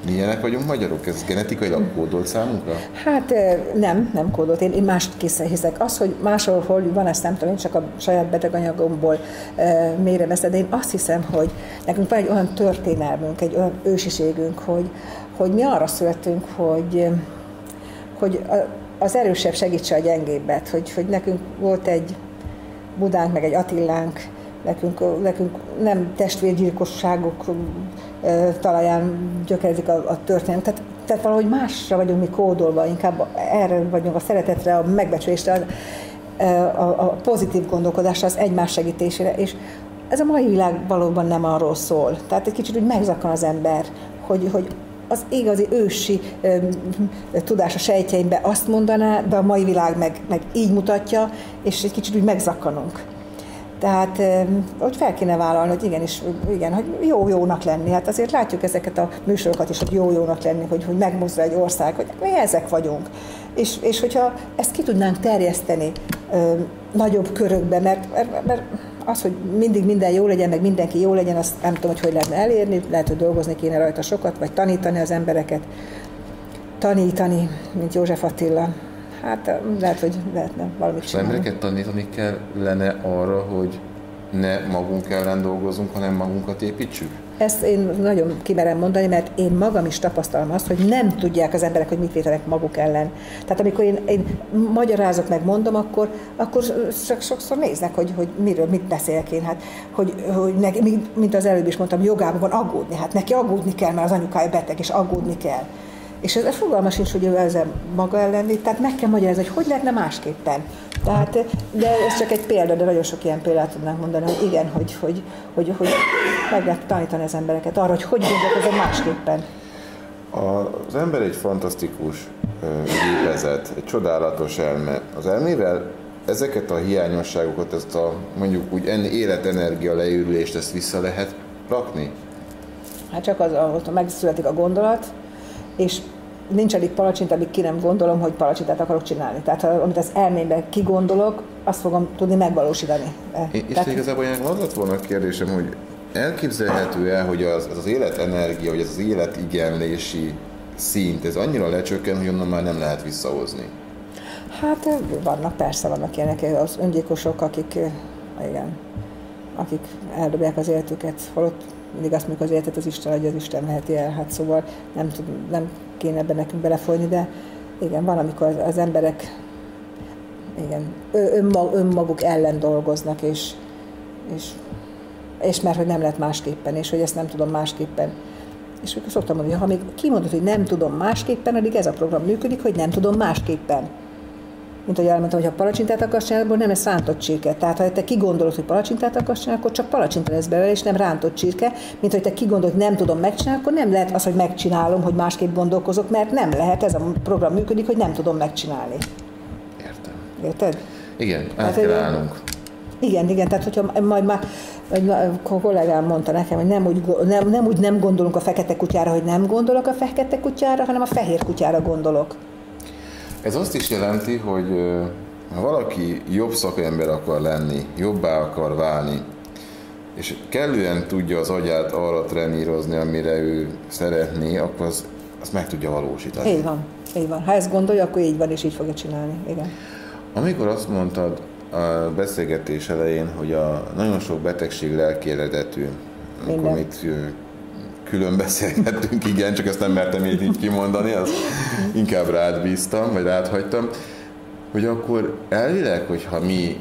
Milyenek vagyunk magyarok? Ez genetikailag kódolt számunkra? Hát nem, nem kódolt. Én, én mást hiszek. Az, hogy máshol van, ezt nem tudom, én csak a saját beteganyagomból e, mérem ezt, de én azt hiszem, hogy nekünk van egy olyan történelmünk, egy olyan ősiségünk, hogy, hogy mi arra születtünk, hogy, hogy az erősebb segítse a gyengébbet, hogy, hogy nekünk volt egy Budánk, meg egy Attilánk, nekünk, nekünk nem testvérgyilkosságok talaján gyökerezik a, a történet. Tehát, tehát valahogy másra vagyunk mi kódolva, inkább erre vagyunk, a szeretetre, a megbecsülésre, a, a, a pozitív gondolkodásra, az egymás segítésére, és ez a mai világ valóban nem arról szól. Tehát egy kicsit úgy megzakkan az ember, hogy, hogy az igazi ősi ö, tudás a sejtjeimben azt mondaná, de a mai világ meg, meg így mutatja, és egy kicsit úgy megzakkanunk. Tehát, hogy fel kéne vállalni, hogy igenis, igen, hogy jó-jónak lenni. Hát azért látjuk ezeket a műsorokat is, hogy jó-jónak lenni, hogy, hogy megmozdul egy ország, hogy mi ezek vagyunk. És, és hogyha ezt ki tudnánk terjeszteni ö, nagyobb körökbe, mert, mert, mert az, hogy mindig minden jó legyen, meg mindenki jó legyen, azt nem tudom, hogy hogy lehetne elérni, lehet, hogy dolgozni kéne rajta sokat, vagy tanítani az embereket. Tanítani, mint József Attila. Hát lehet, hogy lehetne valamit csinálni. Az embereket tanítani kellene arra, hogy ne magunk ellen dolgozunk, hanem magunkat építsük? Ezt én nagyon kimerem mondani, mert én magam is tapasztalom azt, hogy nem tudják az emberek, hogy mit vétenek maguk ellen. Tehát amikor én, én magyarázok, meg mondom, akkor, akkor csak sokszor néznek, hogy, hogy miről, mit beszélek én. Hát, hogy, hogy neki, mint az előbb is mondtam, jogában van aggódni. Hát neki aggódni kell, mert az anyukája beteg, és aggódni kell. És ez fogalma sincs, hogy ő ezzel maga ellen lép, tehát meg kell magyarázni, hogy hogy lehetne másképpen. Tehát, de ez csak egy példa, de nagyon sok ilyen példát tudnánk mondani, hogy igen, hogy, hogy, hogy, hogy meg lehet tanítani az embereket arra, hogy hogy gondolkozom másképpen. Az ember egy fantasztikus gépezet, egy csodálatos elme. Az elmével ezeket a hiányosságokat, ezt a mondjuk úgy életenergia leülést, ezt vissza lehet rakni? Hát csak az, ahol megszületik a gondolat, és nincs elég palacsinta, amíg ki nem gondolom, hogy palacsintát akarok csinálni. Tehát amit az elmémben kigondolok, azt fogom tudni megvalósítani. És Tehát... igazából az lett volna a kérdésem, hogy elképzelhető-e, hogy az, az életenergia, vagy az, az életigenlési szint, ez annyira lecsökken, hogy onnan már nem lehet visszahozni? Hát vannak, persze vannak ilyenek, az öngyilkosok, akik, igen, akik eldobják az életüket, holott mindig azt mondjuk, az életet az Isten adja, az Isten veheti el, hát szóval nem, tud, nem kéne ebben nekünk belefolyni, de igen, van, amikor az, az emberek igen, önmag, önmaguk ellen dolgoznak, és, és, és mert hogy nem lehet másképpen, és hogy ezt nem tudom másképpen. És akkor szoktam mondani, ha még kimondod, hogy nem tudom másképpen, addig ez a program működik, hogy nem tudom másképpen. Mint ahogy elmondtam, hogy ha palacsintát akarsz csinálni, akkor nem lesz rántott csirke. Tehát ha te kigondolod, hogy palacsintát akarsz csinálni, akkor csak palacsinta lesz belőle, és nem rántott csirke. Mint hogy te kigondolod, hogy nem tudom megcsinálni, akkor nem lehet az, hogy megcsinálom, hogy másképp gondolkozok, mert nem lehet, ez a program működik, hogy nem tudom megcsinálni. Értem. Érted? Igen, át kell állnunk. Igen, igen, tehát hogyha majd már a kollégám mondta nekem, hogy nem úgy, nem, nem úgy nem gondolunk a fekete kutyára, hogy nem gondolok a fekete kutyára, hanem a fehér kutyára gondolok. Ez azt is jelenti, hogy ha valaki jobb szakember akar lenni, jobbá akar válni, és kellően tudja az agyát arra trenírozni, amire ő szeretné, akkor az, azt meg tudja valósítani. Így van, így van. Ha ezt gondolja, akkor így van, és így fogja csinálni. Igen. Amikor azt mondtad a beszélgetés elején, hogy a nagyon sok betegség lelki eredetű, amikor mit külön beszélgettünk, igen, csak ezt nem mertem így, így kimondani, azt inkább rád bíztam, vagy rád hagytam, hogy akkor elvileg, hogyha mi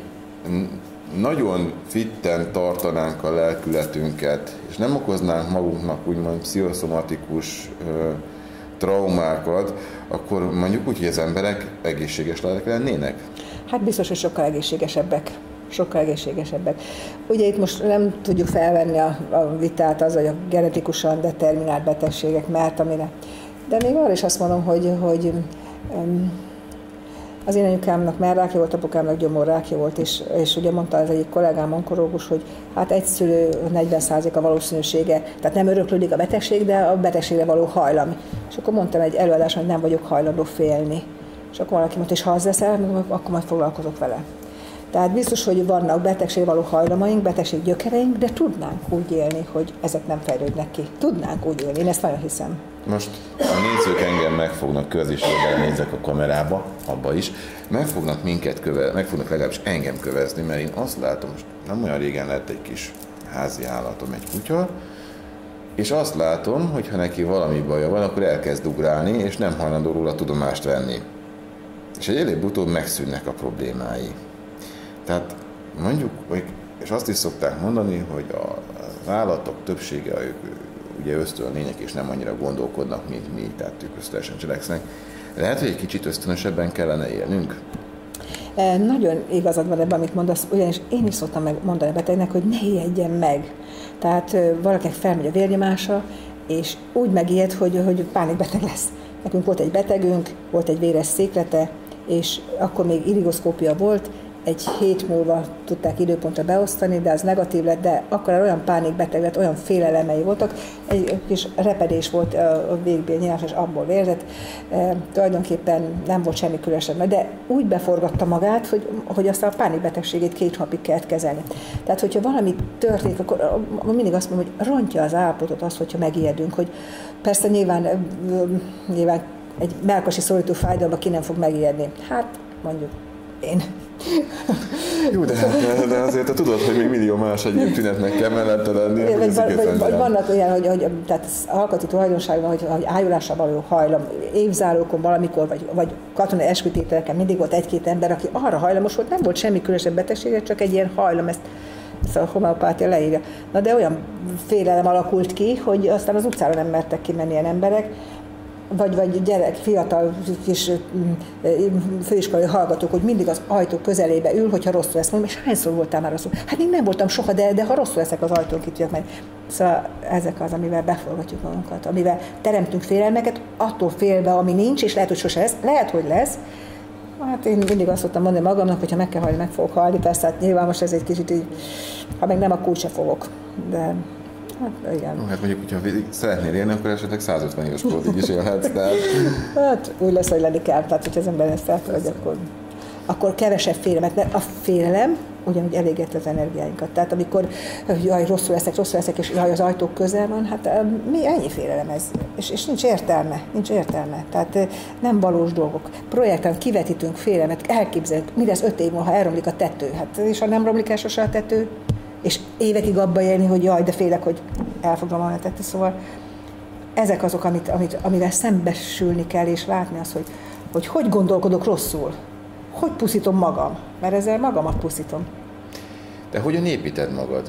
nagyon fitten tartanánk a lelkületünket, és nem okoznánk magunknak úgymond pszichoszomatikus ö, traumákat, akkor mondjuk úgy, hogy az emberek egészséges lelkek lennének? Hát biztos, hogy sokkal egészségesebbek. Sokkal egészségesebbek. Ugye itt most nem tudjuk felvenni a, a vitát az, hogy a genetikusan determinált betegségek, mert amire. De még arra is azt mondom, hogy, hogy um, az én anyukámnak mellrákja volt, apukámnak gyomorrákja volt, és, és ugye mondta az egyik kollégám, onkológus, hogy hát egy szülő negyven százalék a valószínűsége, tehát nem öröklődik a betegség, de a betegségre való hajlam. És akkor mondtam egy előadáson, hogy nem vagyok hajlandó félni. És akkor valaki mondta, és ha az leszel, akkor majd foglalkozok vele. Tehát biztos, hogy vannak betegségvaló hajlamaink, betegség gyökereink, de tudnánk úgy élni, hogy ezek nem fejlődnek ki. Tudnánk úgy élni, én ezt nagyon hiszem. Most a nézők engem meg fognak kövezni, és belenézek a kamerába, abba is, meg fognak minket kövezni, meg fognak legalábbis engem kövezni, mert én azt látom, most nem olyan régen lett egy kis házi állatom, egy kutya, és azt látom, hogy ha neki valami baja van, akkor elkezd ugrálni, és nem hajlandó róla tudomást venni. És egy előbb-utóbb megszűnnek a problémái. Tehát mondjuk, és azt is szokták mondani, hogy az állatok többsége, ők ugye ösztönlények, és nem annyira gondolkodnak, mint mi, tehát ők ösztönösen cselekszenek. Lehet, hogy egy kicsit ösztönösebben kellene élnünk? E, nagyon igazad van ebben, amit mondasz, ugyanis én is szoktam mondani a betegnek, hogy ne ijedjen meg. Tehát valakinek felmegy a vérnyomása, és úgy megijed, hogy, hogy pánikbeteg lesz. Nekünk volt egy betegünk, volt egy véres széklete, és akkor még irigoszkópia volt, egy hét múlva tudták időpontra beosztani, de az negatív lett, de akkor olyan pánikbeteg lett, olyan félelemei voltak, egy kis repedés volt a végbélnyilás, és abból vérzett. E, tulajdonképpen nem volt semmi különösebb, de úgy beforgatta magát, hogy, hogy azt a pánikbetegségét két napig kellett kezelni. Tehát, hogyha valami történik, akkor mindig azt mondom, hogy rontja az állapotot az, hogyha megijedünk, hogy persze nyilván, nyilván egy mellkasi szorító fájdalomba ki nem fog megijedni. Hát, mondjuk én. Jó, de, de azért te tudod, hogy még millió más egyéb tünetnek kell mellette lenni. Vagy, vagy, vagy vannak olyan, hogy, hogy tehát alkati tulajdonságban, hogy, hogy ájulásra való hajlam, évzárókon valamikor, vagy, vagy katonai eskütételeken mindig volt egy-két ember, aki arra hajlamos volt, nem volt semmi különösebb betegsége, csak egy ilyen hajlam, ezt, ezt a homeopátia leírja. Na de olyan félelem alakult ki, hogy aztán az utcára nem mertek kimenni ilyen emberek, vagy, vagy gyerek, fiatal kis főiskolai hallgatók, hogy mindig az ajtó közelébe ül, hogyha rosszul lesz. Mondom, és hányszor voltál már rosszul? Hát még nem voltam soha, de, de ha rosszul leszek az ajtón, ki tudjak menni. Szóval ezek az, amivel beforgatjuk magunkat, amivel teremtünk félelmeket, attól félve, ami nincs, és lehet, hogy sose lesz, lehet, hogy lesz. Hát én mindig azt szoktam mondani magamnak, hogy ha meg kell halni, meg fogok halni. Persze, hát nyilván most ez egy kicsit így, ha meg nem, akkor se fogok. De hát igen. No, hát mondjuk, hogyha szeretnél élni, akkor esetleg százötven éves korodig is élhetsz. Tehát... Hát úgy lesz, hogy lenni kell. Tehát, hogyha az ember ezt elfogadja, akkor, akkor kevesebb félelmet. Mert a félelem ugyanúgy elégeti az energiáinkat. Tehát amikor jaj, rosszul leszek, rosszul leszek, és jaj, az ajtók közel van, hát mi ennyi félelem ez? És, és nincs értelme, nincs értelme. Tehát nem valós dolgok. Projekten kivetítünk félelmet, elképzeljük, mi lesz öt év múlva, ha elromlik a tető. Hát és ha nem romlik el sose a tető, és évekig abba élni, hogy jaj, de félek, hogy el fog romolni a tető. Szóval ezek azok, amit, amit, amivel szembesülni kell, és látni azt, hogy, hogy hogy gondolkodok rosszul, hogy puszítom magam, mert ezzel magamat puszítom. De hogyan építed magad?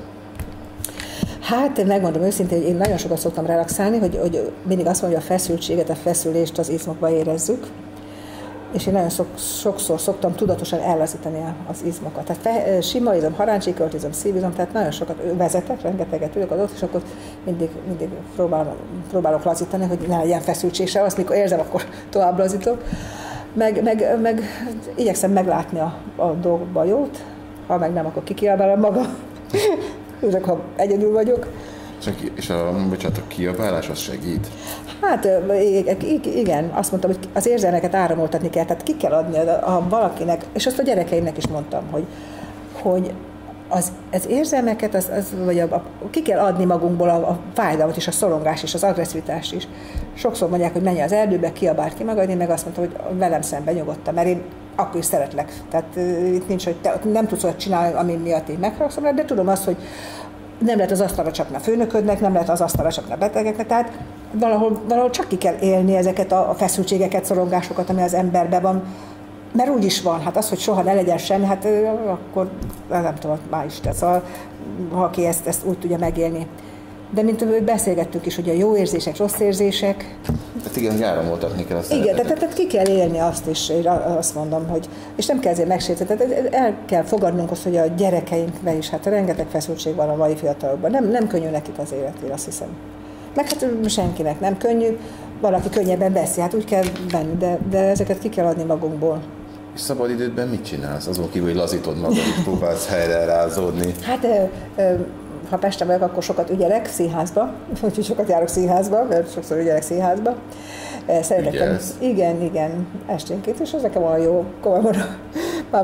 Hát megmondom őszintén, hogy én nagyon sokat szoktam relaxálni, hogy, hogy mindig azt mondom, hogy a feszültséget, a feszülést az izmokba érezzük, és én nagyon szok, sokszor szoktam tudatosan ellazítani az izmokat. Tehát fe, sima izom, haráncsikört izom, szívizom, tehát nagyon sokat vezetek, rengeteget ülök az ott, és akkor mindig, mindig próbálok, próbálok lazítani, hogy ne legyen feszültség se, azt mikor érzem, akkor tovább lazítok. Meg, meg, meg igyekszem meglátni a, a dolgokban jót, ha meg nem, akkor kikiabálom magam, csak ha egyedül vagyok. És a, bocsánat, a kiabálás az segít? Hát igen, azt mondtam, hogy az érzelmeket áramoltatni kell, tehát ki kell adni a, a valakinek, és azt a gyerekeimnek is mondtam, hogy, hogy az, az érzelmeket, az, az, vagy a, a, ki kell adni magunkból a, a fájdalmat és a szorongást és az agresszivitást is. Sokszor mondják, hogy menj az erdőbe, kiabáld ki magad, én meg azt mondtam, hogy velem szemben nyugodtan, mert én akkor is szeretlek. Tehát uh, itt nincs, hogy te nem tudsz olyat csinálni, ami miatt én megharagszom, de tudom azt, hogy nem lehet az asztalra csapni a főnöködnek, nem lehet az asztalra csapni a betegeknek, tehát valahol, valahol csak ki kell élni ezeket a feszültségeket, szorongásokat, ami az emberben van, mert úgy is van, hát az, hogy soha ne legyen semmi, hát akkor nem tudom, már is tesz, szóval, ha aki ezt, ezt úgy tudja megélni. De mint hogy beszélgettünk is, hogy a jó érzések, rossz érzések. Tehát igen, áramoltatni kell azt. Igen, tehát, tehát ki kell élni azt is, én azt mondom, hogy, és nem kell ezért megsérteni, tehát el kell fogadnunk azt, hogy a gyerekeinkben is, hát rengeteg feszültség van a mai fiatalokban, nem, nem könnyű nekik az élet, én azt hiszem. Meg hát senkinek nem könnyű, valaki könnyebben veszi, hát úgy kell venni, de, de ezeket ki kell adni magunkból. És szabad idődben mit csinálsz? Azon kívül, hogy lazítod magad, és próbálsz helyre rázódni. Hát ö, ö, ha Pesten vagyok, akkor sokat ügyelek színházba, úgyhogy sokat járok színházba, mert sokszor ügyelek színházba. Szeretek. Igen, igen, esténként, és ez nekem olyan jó, komoly, már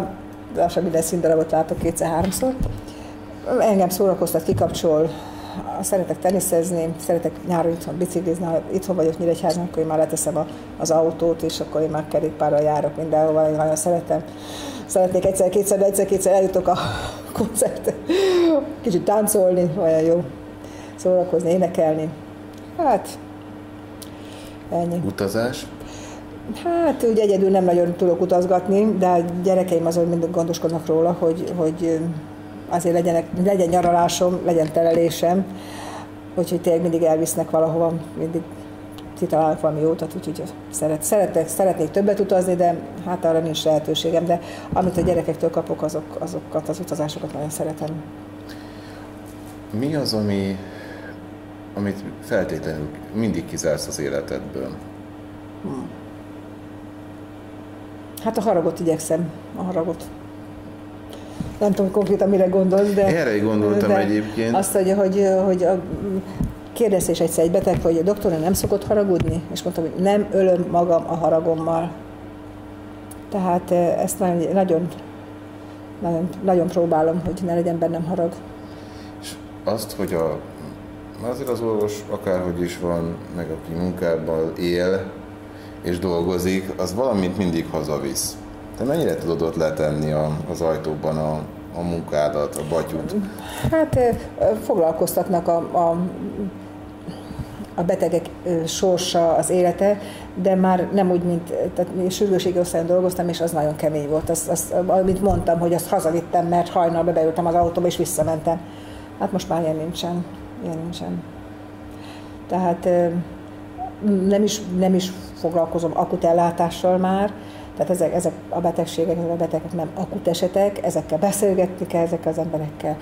lassan minden színdarabot látok kétszer-háromszor. Engem szórakoztat, kikapcsol, szeretek teniszezni, szeretek nyáron itthon biciklizni, ha itthon vagyok Nyíregyházan, akkor én már leteszem a, az autót, és akkor én már kerékpárral járok mindenhova, én nagyon szeretem. Szeretnék egyszer-kétszer, de egyszer-kétszer eljutok a koncertre. Kicsit táncolni, olyan jó. Szórakozni, énekelni. Hát, ennyi. Utazás? Hát, úgy egyedül nem nagyon tudok utazgatni, de a gyerekeim azon mindig gondoskodnak róla, hogy, hogy azért legyenek, legyen nyaralásom, legyen terelésem, úgyhogy tényleg mindig elvisznek valahova, mindig kitalálnak valami jót, úgyhogy szeret, szeretek, szeretnék többet utazni, de hát arra nincs lehetőségem, de amit a gyerekektől kapok, azok, azokat az utazásokat nagyon szeretem. Mi az, ami, amit feltétlenül mindig kizársz az életedből? Hmm. Hát a haragot igyekszem, a haragot. Nem tudom, hogy konkrétan mire gondolsz, de... Erre gondoltam de egyébként. Azt, hogy, hogy, hogy a, kérdezte is egyszer egy beteg, hogy a doktor nem szokott haragudni, és mondtam, hogy nem ölöm magam a haragommal. Tehát ezt nagyon, nagyon, nagyon, nagyon próbálom, hogy ne legyen bennem harag. És azt, hogy a, azért az orvos akárhogy is van, meg aki munkában él és dolgozik, az valamit mindig hazavisz. Te mennyire tudod ott letenni a, az ajtóban a, a munkádat, a batyút? Hát foglalkoztatnak a, a, a betegek sorsa, az élete, de már nem úgy, mint tehát sürgősségi osztályon dolgoztam, és az nagyon kemény volt. Azt, azt, amit mondtam, hogy azt hazavittem, mert hajnalba beültem az autóba, és visszamentem. Hát most már ilyen nincsen. Ilyen nincsen. Tehát nem is, nem is foglalkozom akut ellátással már, tehát ezek, ezek a betegségek, ezek a betegek nem akut esetek, ezekkel beszélgetni kell, ezekkel az emberekkel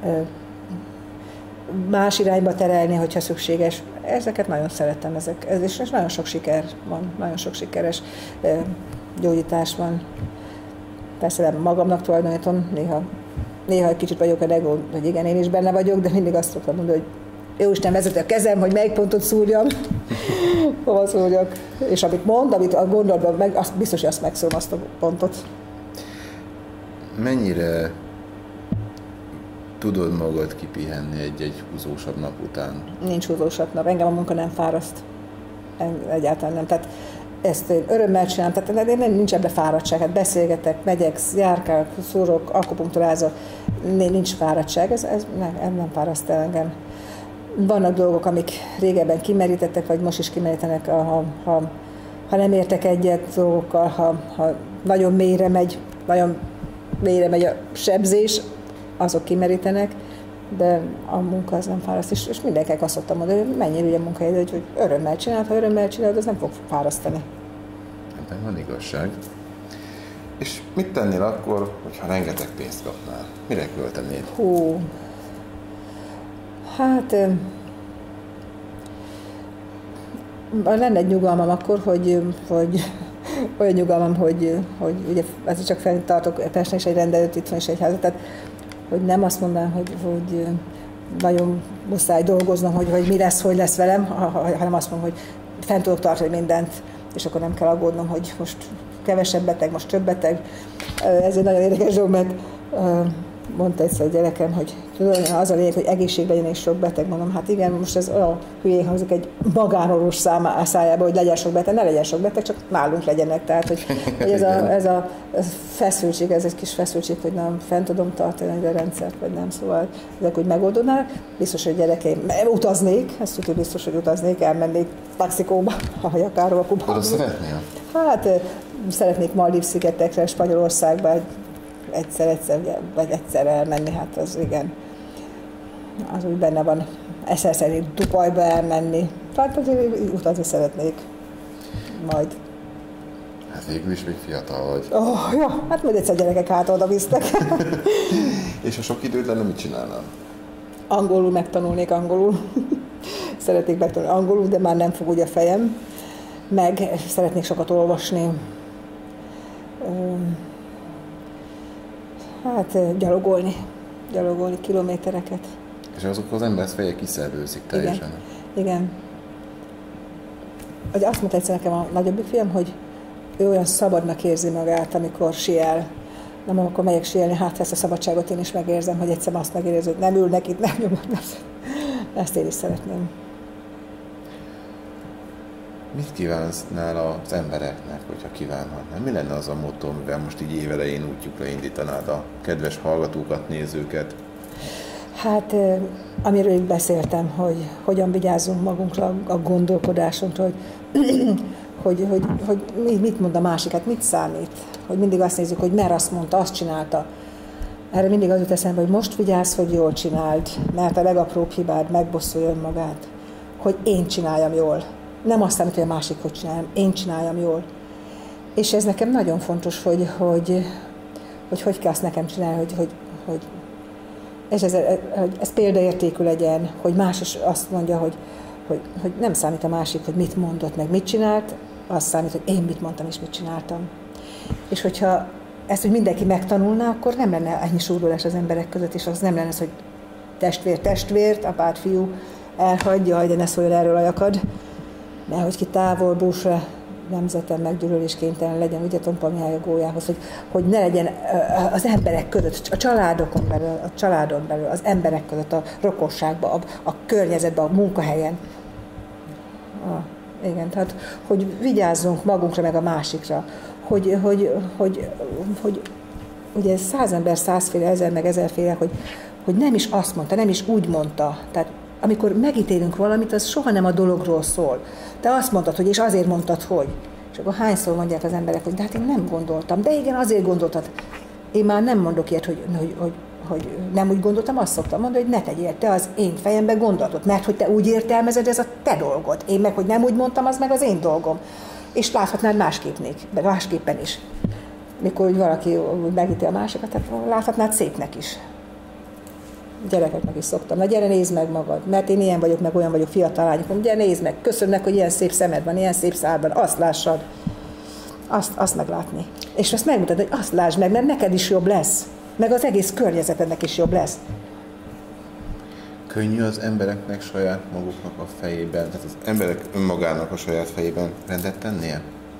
más irányba terelni, hogyha szükséges. Ezeket nagyon szeretem, ezek, ez, és nagyon sok siker van, nagyon sok sikeres gyógyítás van. Persze nem magamnak tulajdonítom, néha, néha egy kicsit vagyok a ego, hogy igen, én is benne vagyok, de mindig azt szoktam mondani, hogy Jóisten vezeti a kezem, hogy melyik pontot szúrjam, hova szúrjak. És amit mond, amit a gondolatban, meg, azt, biztos, hogy azt megszúrom, azt a pontot. Mennyire tudod magad kipihenni egy-egy húzósabb nap után? Nincs húzósabb nap, engem a munka nem fáraszt. Egyáltalán nem. Tehát ezt én örömmel csinálom, tehát én nincs ebbe fáradtság. Hát beszélgetek, megyek, járkálok, szúrok, akupunkturázok, nincs fáradtság, ez, ez nem, nem fáraszt el engem. Vannak dolgok, amik régebben kimerítettek, vagy most is kimerítenek, ha, ha, ha nem értek egyet dolgokkal, ha, ha nagyon mélyre megy, nagyon mélyre megy a sebzés, azok kimerítenek, de a munka az nem fáraszt. És, és mindenkinek azt szoktam mondani, hogy mennyire ugye a munkaidő, hogy örömmel csinálod, ha örömmel csinálod, az nem fog fárasztani. Ebben van igazság. És mit tennél akkor, hogyha rengeteg pénzt kapnál? Mire költenéd? Hú... Hát lenne egy nyugalmam akkor, hogy, hogy olyan nyugalmam, hogy, hogy ugye ez csak fenntartok Pesten is egy rendelőt, itthon is egy házat, tehát hogy nem azt mondanám, hogy, hogy nagyon muszáj dolgoznom, hogy, hogy mi lesz, hogy lesz velem, hanem azt mondom, hogy fent tudok tartani mindent, és akkor nem kell aggódnom, hogy most kevesebb beteg, most több beteg. Ez egy nagyon érdekes dolog, mert mondta egyszer a gyerekem, hogy tudod, az a lényeg, hogy egészségben legyen és sok beteg. Mondom, hát igen, most ez olyan hülyén hangzik egy magánorvos szájába, hogy legyen sok beteg, ne legyen sok beteg, csak nálunk legyenek. Tehát, hogy, hogy ez, a, ez a feszültség, ez egy kis feszültség, hogy nem fent tudom tartani a rendszert, vagy nem. Szóval ezek úgy megoldódnál. Biztos, hogy gyerekeim utaznék, ezt tudja biztos, hogy utaznék, elmennék Mexikóba, ahogy akárhol a Kubába. Oda szeretnél? Hát szeretnék Maldív-szigetekre, Spanyolországba, egyszer, egyszer, vagy egyszer elmenni, hát az igen, az úgy benne van. Eszer szerint Dubajba elmenni. Tehát azért utazni szeretnék majd. Hát végül is még fiatal vagy. Oh, ja, hát majd egyszer gyerekek hát oda visznek. És ha sok időd lenne, mit csinálnál? Angolul megtanulnék angolul. Szeretnék megtanulni angolul, de már nem fog úgy a fejem. Meg szeretnék sokat olvasni. Hát gyalogolni, gyalogolni kilométereket. És azok az ember feje kiszerőzik teljesen. Igen. Igen. Azt mondta egyszer nekem a nagyobbik fiam, hogy ő olyan szabadnak érzi magát, amikor siel, nem akkor megyek síelni, hát ezt a szabadságot én is megérzem, hogy egyszer azt megérzem, hogy nem ülnek itt, nem nyomnak. Ezt én is szeretném. Mit kívánsz nála az embereknek, hogyha kívánhatnál? Mi lenne az a motto, amivel most így évelején útjukra indítanád a kedves hallgatókat, nézőket? Hát, amiről így beszéltem, hogy hogyan vigyázzunk magunkra, a gondolkodásunkra, hogy, hogy, hogy, hogy mit mond a másik, hát mit számít. Hogy mindig azt nézzük, hogy mert azt mondta, azt csinálta. Erre mindig az jut eszembe, hogy most vigyázz, hogy jól csináld, mert a legapróbb hibád megbosszulja önmagát. Hogy én csináljam jól. Nem azt számít, hogy a másik hogy csináljam, én csináljam jól. És ez nekem nagyon fontos, hogy hogy, hogy, hogy kell azt nekem csinálni, hogy, hogy, hogy és ez, ez példaértékű legyen, hogy más is azt mondja, hogy, hogy, hogy nem számít a másik, hogy mit mondott, meg mit csinált, azt számít, hogy én mit mondtam és mit csináltam. És hogyha ezt, hogy mindenki megtanulná, akkor nem lenne ennyi súrolás az emberek között, és az nem lenne az, hogy testvér testvért, apád, fiú, elhagyja, jaj, de ne szóljon erről a jakad, mert hogy ki távol, búsra, nemzetem meggyűlöléskénytelen legyen, ugye Tompa Mihály a gólyához, hogy, hogy ne legyen az emberek között, a családokon belül, a családon belül, az emberek között, a rokonságban, a, a környezetben, a munkahelyen. Ah, igen, tehát, hogy vigyázzunk magunkra, meg a másikra, hogy, hogy, hogy, hogy ugye száz ember százféle, ezer meg ezerféle, hogy, hogy nem is azt mondta, nem is úgy mondta. Tehát amikor megítélünk valamit, az soha nem a dologról szól. Te azt mondtad, hogy és azért mondtad, hogy. És akkor hányszor mondják az emberek, hogy de hát én nem gondoltam. De igen, azért gondoltad. Én már nem mondok ilyet, hogy, hogy, hogy, hogy nem úgy gondoltam, azt szoktam mondani, hogy ne tegyél te az én fejembe gondolatot, mert hogy te úgy értelmezed, ez a te dolgod. Én meg, hogy nem úgy mondtam, az meg az én dolgom. És láthatnád másképpnék, másképpen is. Mikor úgy valaki megítél a másikat, tehát láthatnád szépnek is. Gyerekeknek is szoktam. Na gyere, nézd meg magad, mert én ilyen vagyok, meg olyan vagyok, fiatal lányok. Gyere, nézd meg, köszönnek, hogy ilyen szép szemed van, ilyen szép szádban, azt lássad. Azt, azt meglátni. És ezt megmutatod, hogy azt lásd meg, mert neked is jobb lesz. Meg az egész környezetednek is jobb lesz. Könnyű az embereknek saját maguknak a fejében, tehát az emberek önmagának a saját fejében rendet tennie?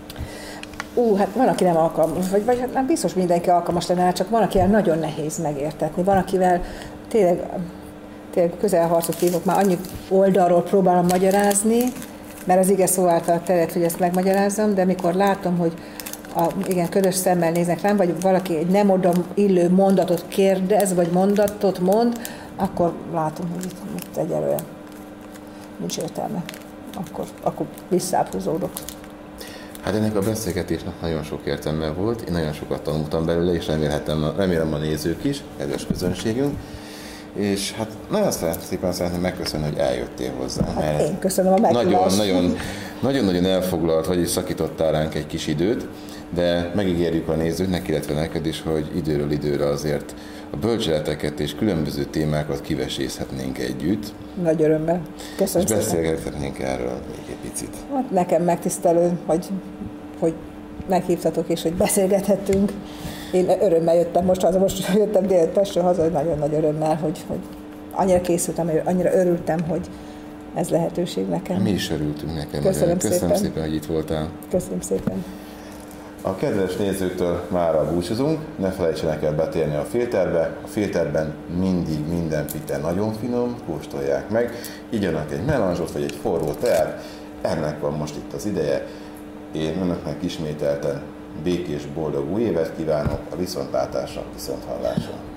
Ú, hát van, aki nem alkalmas, vagy, vagy hát biztos mindenki alkalmas lenne, csak van, akivel nagyon nehéz megértetni. Van, akivel tényleg, tényleg közelharcot vívok, már annyi oldalról próbálom magyarázni, mert az ige szó által terjed, hogy ezt megmagyarázzam, de mikor látom, hogy a, igen, ködös szemmel néznek rám, vagy valaki egy nem oda illő mondatot kérdez, vagy mondatot mond, akkor látom, hogy itt, itt egyelőre nincs értelme. Akkor, akkor visszább húzódok. Hát ennek a beszélgetésnek nagyon sok értelme volt, én nagyon sokat tanultam belőle, és remélhetem, remélem a nézők is, kedves közönségünk. És hát nagyon szépen szeretném megköszönni, hogy eljöttél hozzá. Hát én köszönöm a meghívást. Nagyon-nagyon elfoglalt vagy, és szakítottál ránk egy kis időt, de megígérjük a nézőknek, illetve neked is, hogy időről időre azért a bölcseleteket és különböző témákat kivesészhetnénk együtt. Nagy örömmel. Köszönöm szépen. És beszélgethetnénk erről még egy picit. Hát nekem megtisztelő, hogy, hogy meghívtatok és hogy beszélgethettünk. Én örömmel jöttem most haza, most jöttem délután Pestről haza, hogy nagyon nagy örömmel, hogy, hogy annyira készültem, annyira örültem, hogy ez lehetőség nekem. Mi is örültünk nekem. Köszönöm, Köszönöm szépen. szépen, hogy itt voltál. Köszönöm szépen. A kedves nézőktől mára búcsúzunk, ne felejtsenek el betérni a filterbe. A filterben mindig minden pite nagyon finom, kóstolják meg. Igyanak egy melanzsot vagy egy forró teát, ennek van most itt az ideje. Én önöknek ismételten békés, boldog új évet kívánok, a viszontlátásra, viszonthallásra.